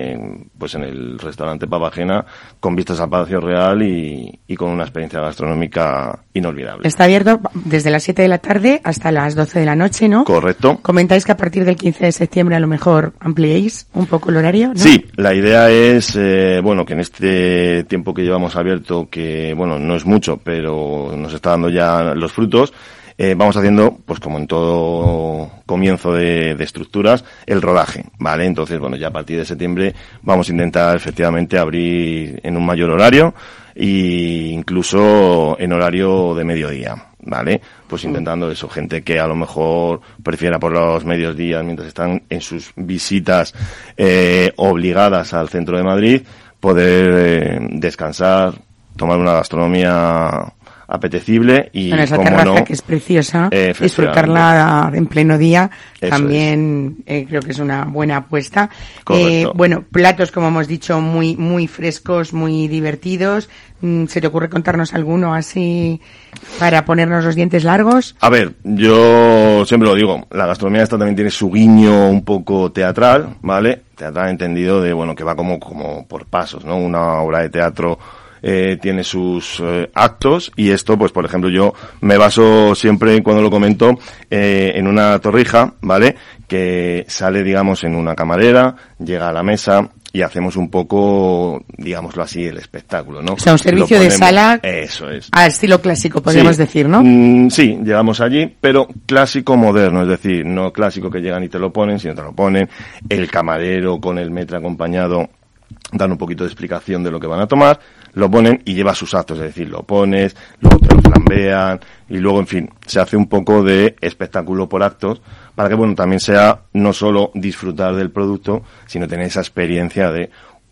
pues en el restaurante Papagena, con vistas al Palacio Real y con una experiencia gastronómica inolvidable. Está abierto desde las 7 de la tarde hasta las 12 de la noche, ¿no? Correcto. Comentáis que a partir del 15 de septiembre a lo mejor ampliéis un poco el horario, ¿no? Sí, la idea es, bueno, que en este tiempo que llevamos abierto, que bueno, no es mucho, pero nos está dando ya los frutos, vamos haciendo, pues como en todo comienzo de estructuras, el rodaje, ¿vale? Entonces, bueno, ya a partir de septiembre vamos a intentar efectivamente abrir en un mayor horario e incluso en horario de mediodía, ¿vale? Pues intentando eso, gente que a lo mejor prefiera por los mediodías mientras están en sus visitas obligadas al centro de Madrid, poder descansar, tomar una gastronomía apetecible y, bueno, esa como terraza no, que es preciosa, disfrutarla en pleno día, eso también creo que es una buena apuesta. Bueno, platos, como hemos dicho, muy frescos, muy divertidos. ¿Se te ocurre contarnos alguno así para ponernos los dientes largos? A ver, yo siempre lo digo, la gastronomía esta también tiene su guiño un poco teatral, ¿vale? Teatral entendido de, bueno, que va como por pasos, ¿no? Una obra de teatro tiene sus actos, y esto, pues por ejemplo, yo me baso siempre, cuando lo comento, en una torrija, ¿vale? Que sale, digamos, en una camarera, llega a la mesa y hacemos un poco, digámoslo así, el espectáculo, ¿no? O sea, un servicio de sala. Eso es. A estilo clásico, podríamos decir, ¿no? Sí, llegamos allí, pero clásico moderno, es decir, no clásico que llegan y te lo ponen, sino te lo ponen, el camarero con el maître acompañado dan un poquito de explicación de lo que van a tomar, lo ponen y lleva sus actos, es decir, lo pones, luego te lo flambean y luego, en fin, se hace un poco de espectáculo por actos para que, bueno, también sea no solo disfrutar del producto, sino tener esa experiencia de,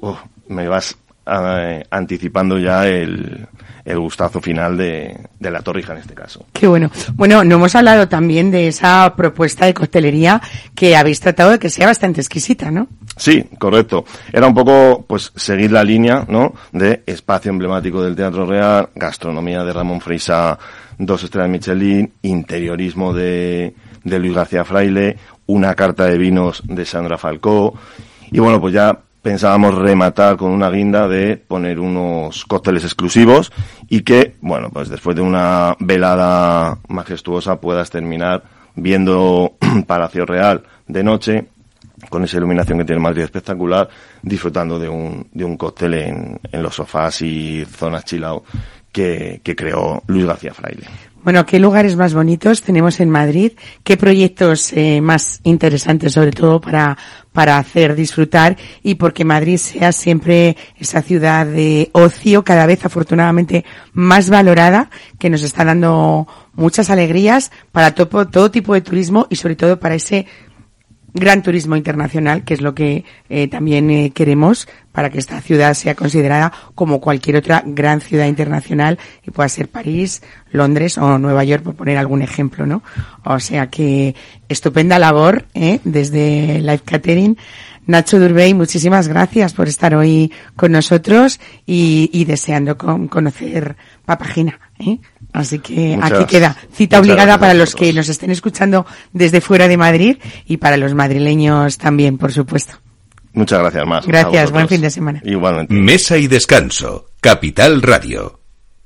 me vas anticipando ya el gustazo final de la torrija en este caso. Qué bueno. Bueno, no hemos hablado también de esa propuesta de coctelería que habéis tratado de que sea bastante exquisita, ¿no? Sí, correcto. Era un poco, pues, seguir la línea, ¿no? De espacio emblemático del Teatro Real, gastronomía de Ramón Freisa, 2 estrellas Michelin, interiorismo de Luis García Fraile, una carta de vinos de Sandra Falcó, y bueno, pues ya pensábamos rematar con una guinda de poner unos cócteles exclusivos y que, bueno, pues después de una velada majestuosa puedas terminar viendo Palacio Real de noche, con esa iluminación que tiene Madrid espectacular, disfrutando de un cóctel en los sofás y zonas chill out que creó Luis García Fraile. Bueno, ¿qué lugares más bonitos tenemos en Madrid? ¿Qué proyectos más interesantes, sobre todo para hacer disfrutar y porque Madrid sea siempre esa ciudad de ocio, cada vez afortunadamente más valorada, que nos está dando muchas alegrías para todo tipo de turismo y sobre todo para ese gran turismo internacional, que es lo que también queremos para que esta ciudad sea considerada como cualquier otra gran ciudad internacional y pueda ser París, Londres o Nueva York, por poner algún ejemplo, ¿no? O sea que estupenda labor desde Life Catering. Nacho Durbey, muchísimas gracias por estar hoy con nosotros y deseando conocer Papagina, Así que aquí queda cita obligada para los que nos estén escuchando desde fuera de Madrid y para los madrileños también, por supuesto. Muchas gracias, más. Gracias, buen fin de semana. Igualmente. Mesa y Descanso, Capital Radio.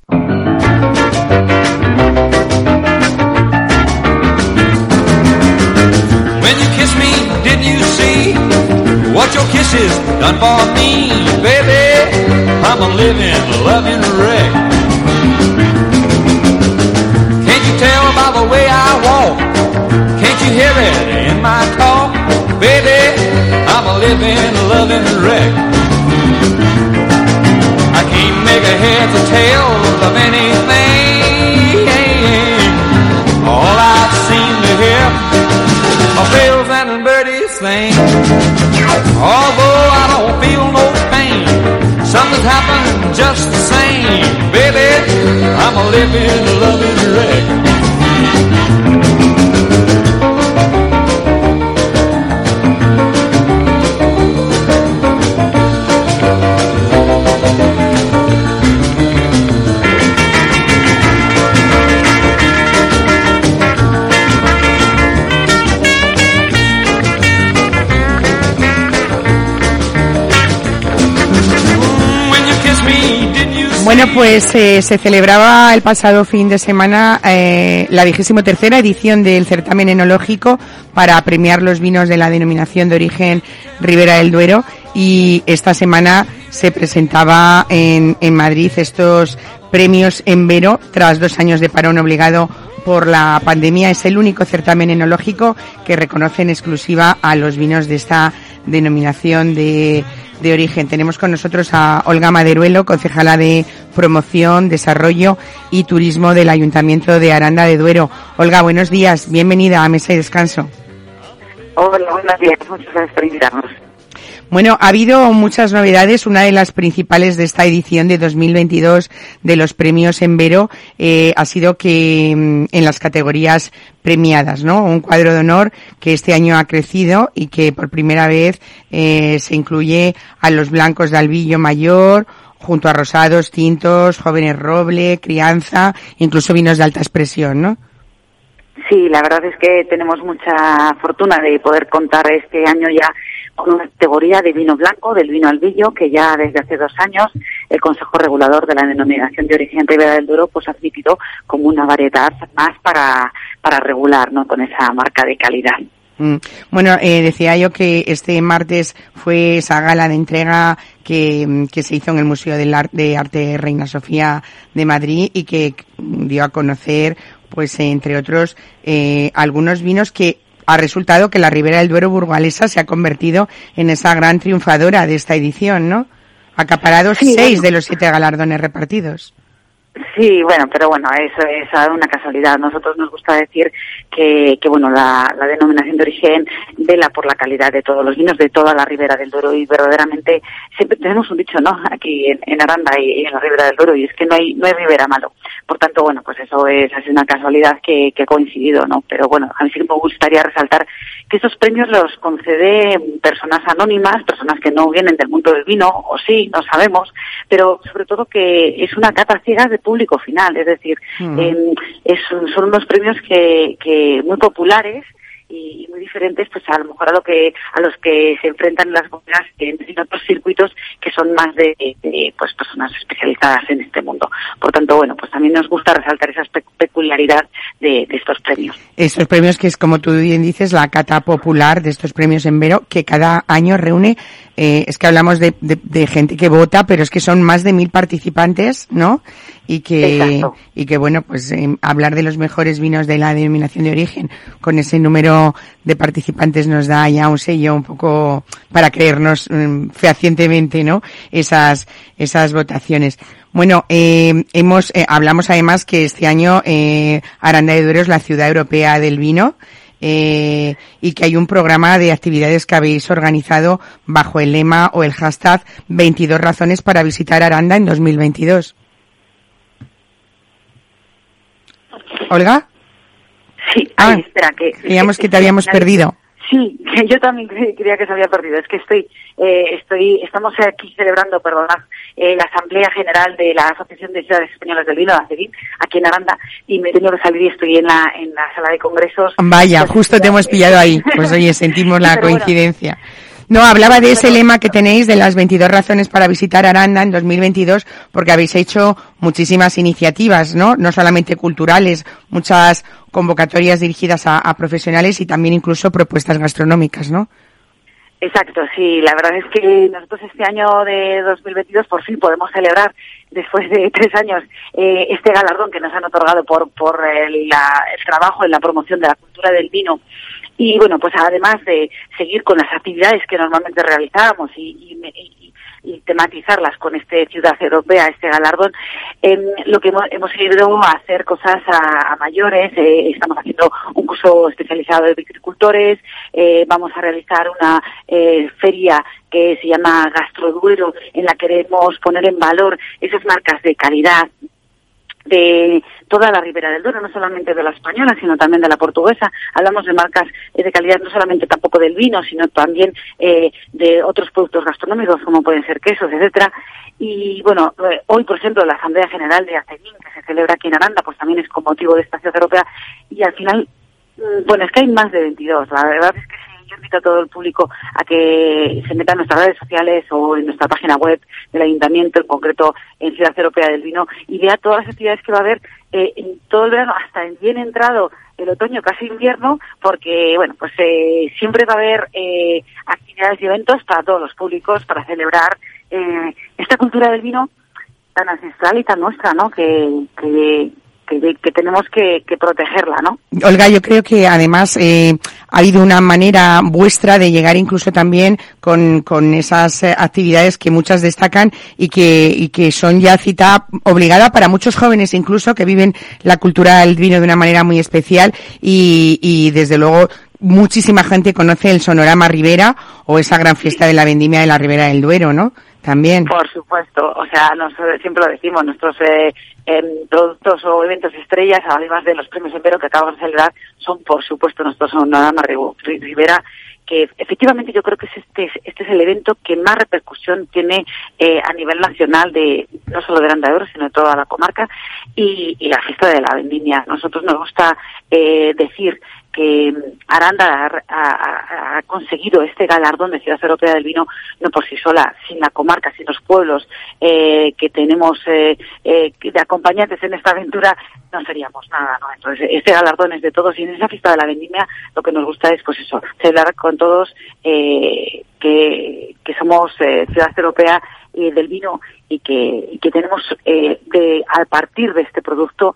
When you kiss me, did you see what your kisses done for me? Baby, I'm a living, loving wreck. Can't you tell by the way I walk? Can't you hear it in my talk? Baby, I'm a living, loving wreck. I can't make a heads or tails of anything. All I seem to hear are bells and birdies sing. Although I don't feel no pain, something's happened just the same. Baby, I'm a living, loving wreck. Bueno, pues se celebraba el pasado fin de semana la 23ª edición del certamen enológico para premiar los vinos de la denominación de origen Ribera del Duero, y esta semana se presentaba en Madrid estos premios en Vero tras 2 años de parón obligado por la pandemia es el único certamen enológico que reconoce en exclusiva a los vinos de esta denominación de origen. Tenemos con nosotros a Olga Maderuelo, concejala de Promoción, Desarrollo y Turismo del Ayuntamiento de Aranda de Duero. Olga, buenos días, bienvenida a Mesa y Descanso. Hola, buenos días, muchas gracias por invitarnos. Bueno, ha habido muchas novedades. Una de las principales de esta edición de 2022 de los premios Envero ha sido que en las categorías premiadas, ¿no? Un cuadro de honor que este año ha crecido y que por primera vez se incluye a los blancos de Albillo Mayor, junto a rosados, tintos, jóvenes roble, crianza, incluso vinos de alta expresión, ¿no? Sí, la verdad es que tenemos mucha fortuna de poder contar este año ya con una categoría de vino blanco, del vino Albillo, que ya desde hace 2 años el Consejo Regulador de la Denominación de Origen Ribera del Duero pues ha admitido como una variedad más para regular, ¿no?, con esa marca de calidad. Bueno, decía yo que este martes fue esa gala de entrega que se hizo en el Museo de Arte Reina Sofía de Madrid y que dio a conocer, pues entre otros, algunos vinos que ha resultado que la Ribera del Duero burgalesa se ha convertido en esa gran triunfadora de esta edición, ¿no? Acaparado 6 de los 7 galardones repartidos. Sí, bueno, pero bueno, eso es una casualidad. Nosotros nos gusta decir que bueno, la denominación de origen vela por la calidad de todos los vinos de toda la Ribera del Duero y verdaderamente siempre tenemos un dicho, ¿no?, aquí en Aranda y en la Ribera del Duero, y es que no hay Ribera malo. Por tanto, bueno, pues eso es así una casualidad que ha coincidido, ¿no? Pero bueno, a mí sí me gustaría resaltar que estos premios los concede personas anónimas, personas que no vienen del mundo del vino, o sí, no sabemos, pero sobre todo que es una cata ciega de público final, es decir, son unos premios que muy populares y muy diferentes, pues a lo mejor a los que se enfrentan las bodegas en otros circuitos que son más de pues personas especializadas en este mundo. Por tanto, bueno, pues también nos gusta resaltar esa peculiaridad de estos premios. Estos premios que es, como tú bien dices, la cata popular de estos premios Envero, que cada año reúne, es que hablamos de gente que vota, pero es que son más de 1.000 participantes, ¿no? Y que bueno, pues hablar de los mejores vinos de la denominación de origen con ese número de participantes nos da ya un sello un poco para creernos fehacientemente, ¿no?, esas votaciones. Bueno, hablamos además que este año Aranda de Duero es la ciudad europea del vino, y que hay un programa de actividades que habéis organizado bajo el lema o el hashtag 22 razones para visitar Aranda en 2022. ¿Olga? Sí, espera, que... Creíamos que te habíamos perdido. Sí, yo también creía que se había perdido. Es que estamos aquí celebrando, la Asamblea General de la Asociación de Ciudades Españolas del Vino, la ACEVIN, aquí en Aranda, y me he tenido que salir y estoy en la sala de congresos. Vaya, justo te hemos pillado ahí. Pues oye, sentimos la coincidencia. No, hablaba de ese lema que tenéis de las 22 razones para visitar Aranda en 2022, porque habéis hecho muchísimas iniciativas, ¿no? No solamente culturales, muchas convocatorias dirigidas a profesionales y también incluso propuestas gastronómicas, ¿no? Exacto, sí. La verdad es que nosotros este año de 2022 por fin podemos celebrar, después de 3 años, este galardón que nos han otorgado por el trabajo en la promoción de la cultura del vino. Y bueno, pues además de seguir con las actividades que normalmente realizábamos y tematizarlas con este Ciudad Europea, este galardón, lo que hemos ido a hacer cosas a mayores. Estamos haciendo un curso especializado de viticultores, vamos a realizar una feria que se llama Gastroduero, en la que queremos poner en valor esas marcas de calidad de toda la Ribera del Duero, no solamente de la española, sino también de la portuguesa. Hablamos de marcas de calidad no solamente tampoco del vino, sino también de otros productos gastronómicos, como pueden ser quesos, etcétera. Y bueno, hoy, por ejemplo, la Asamblea General de ACEVIN, que se celebra aquí en Aranda, pues también es con motivo de esta ciudad europea, y al final, bueno, es que hay más de 22. La verdad es que sí. Yo invito a todo el público a que se meta en nuestras redes sociales o en nuestra página web del Ayuntamiento, en concreto en Ciudad Europea del Vino, y vea todas las actividades que va a haber en todo el verano, hasta en bien entrado el otoño, casi invierno, porque bueno, pues siempre va a haber actividades y eventos para todos los públicos para celebrar esta cultura del vino tan ancestral y tan nuestra, ¿no? Que que tenemos que protegerla, ¿no? Olga, yo creo que además ha habido una manera vuestra de llegar incluso también con esas actividades que muchas destacan y que son ya cita obligada para muchos jóvenes incluso que viven la cultura del vino de una manera muy especial y desde luego muchísima gente conoce el Sonorama Ribera o esa gran fiesta de la vendimia de la Ribera del Duero, ¿no? También. Por supuesto, o sea, siempre lo decimos, nuestros productos o eventos estrellas, además de los premios Empero que acabamos de celebrar, son por supuesto nuestro Sonorama Ribera, que efectivamente yo creo que este es el evento que más repercusión tiene a nivel nacional, no solo de Aranda de Duero, sino de toda la comarca, y la fiesta de la vendimia. Nosotros nos gusta decir que Aranda ha conseguido este galardón de Ciudad Europea del Vino no por sí sola, sin la comarca, sin los pueblos que tenemos de acompañantes en esta aventura, no seríamos nada, ¿no? Entonces, este galardón es de todos y en esa fiesta de la vendimia lo que nos gusta es, pues eso, celebrar con todos que somos Ciudad Europea del Vino y que tenemos a partir de este producto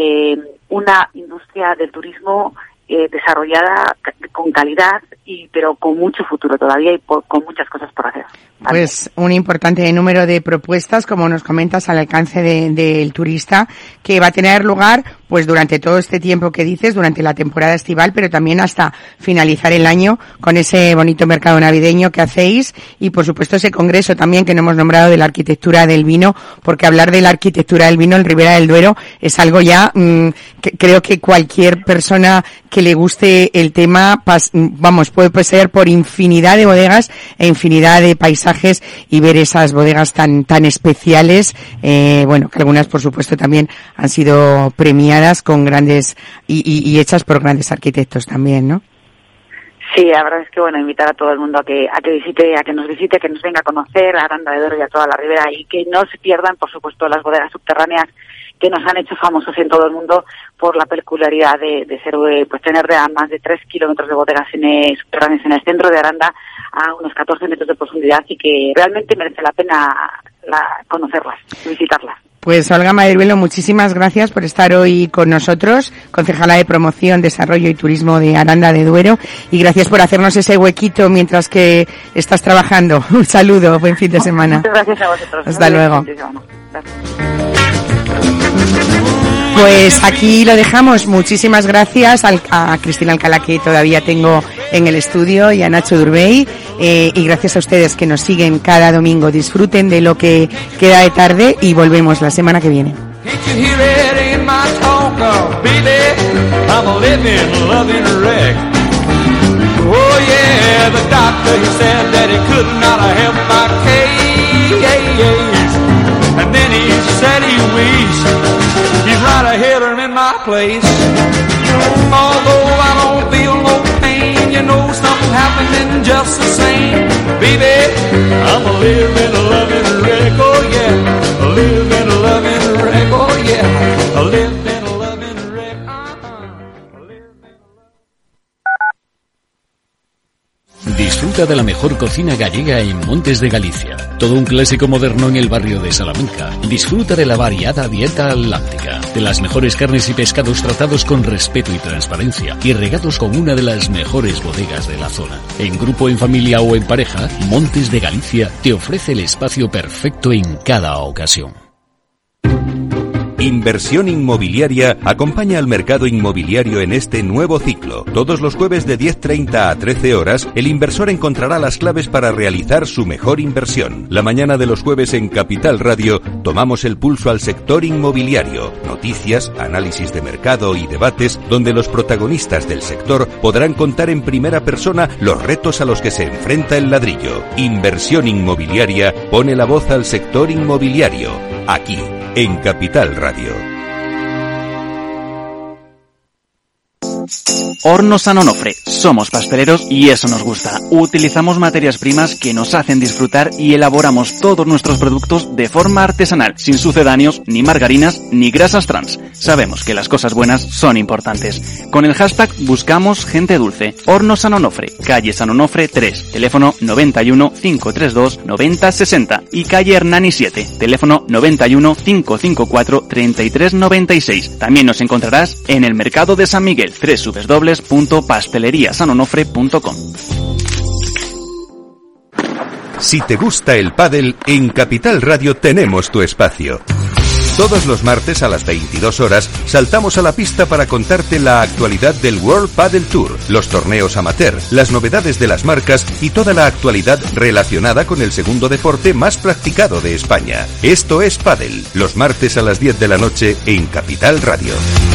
una industria del turismo desarrollada con calidad pero con mucho futuro todavía y con muchas cosas por hacer. Pues un importante número de propuestas, como nos comentas, al alcance del turista, que va a tener lugar pues durante todo este tiempo que dices, durante la temporada estival, pero también hasta finalizar el año con ese bonito mercado navideño que hacéis y por supuesto ese congreso también que no hemos nombrado de la arquitectura del vino, porque hablar de la arquitectura del vino en Ribera del Duero es algo ya que creo que cualquier persona que le guste el tema, puede pasear por infinidad de bodegas e infinidad de paisajes y ver esas bodegas tan especiales, que algunas por supuesto también han sido premiadas con grandes y hechas por grandes arquitectos también, ¿no? Sí, la verdad es que invitar a todo el mundo a que nos visite, que nos venga a conocer a Aranda de Duero y a toda la Ribera y que no se pierdan, por supuesto, las bodegas subterráneas que nos han hecho famosos en todo el mundo por la peculiaridad de ser, pues tener más de 3 kilómetros de bodegas subterráneas en el centro de Aranda a unos 14 metros de profundidad y que realmente merece la pena conocerlas, visitarlas. Pues Olga Madribuelo, muchísimas gracias por estar hoy con nosotros, concejala de Promoción, Desarrollo y Turismo de Aranda de Duero, y gracias por hacernos ese huequito mientras que estás trabajando. Un saludo, buen fin de semana. Muchas gracias a vosotros. Hasta luego. Pues aquí lo dejamos. Muchísimas gracias a Cristina Alcalá, que todavía tengo en el estudio, y a Nacho Durbey, y gracias a ustedes que nos siguen cada domingo. Disfruten de lo que queda de tarde y volvemos la semana que viene. He's right ahead of him in my place. Although I don't feel no pain, you know something happening just the same. Baby, I'm a living, loving wreck, oh yeah. A living, loving wreck, oh yeah. A living, loving wreck, Disfruta de la mejor cocina gallega en Montes de Galicia. Todo un clásico moderno en el barrio de Salamanca. Disfruta de la variada dieta atlántica, de las mejores carnes y pescados tratados con respeto y transparencia y regados con una de las mejores bodegas de la zona. En grupo, en familia o en pareja, Montes de Galicia te ofrece el espacio perfecto en cada ocasión. Inversión Inmobiliaria acompaña al mercado inmobiliario en este nuevo ciclo. Todos los jueves de 10:30 a 13 horas, el inversor encontrará las claves para realizar su mejor inversión. La mañana de los jueves en Capital Radio tomamos el pulso al sector inmobiliario. Noticias, análisis de mercado y debates donde los protagonistas del sector podrán contar en primera persona los retos a los que se enfrenta el ladrillo. Inversión Inmobiliaria pone la voz al sector inmobiliario. Aquí, en Capital Radio. Hornos San Onofre. Somos pasteleros y eso nos gusta. Utilizamos materias primas que nos hacen disfrutar y elaboramos todos nuestros productos de forma artesanal, sin sucedáneos, ni margarinas, ni grasas trans. Sabemos que las cosas buenas son importantes. Con el hashtag buscamos gente dulce. Hornos San Onofre, calle San Onofre 3, teléfono 91 532 9060 y calle Hernani 7, teléfono 91 554 3396. También nos encontrarás en el mercado de San Miguel, www.pasteleriasanonofre.com. Si te gusta el pádel, en Capital Radio tenemos tu espacio. Todos los martes a las 22 horas saltamos a la pista para contarte la actualidad del World Padel Tour, los torneos amateur, las novedades de las marcas y toda la actualidad relacionada con el segundo deporte más practicado de España. Esto es Padel, los martes a las 10 de la noche en Capital Radio.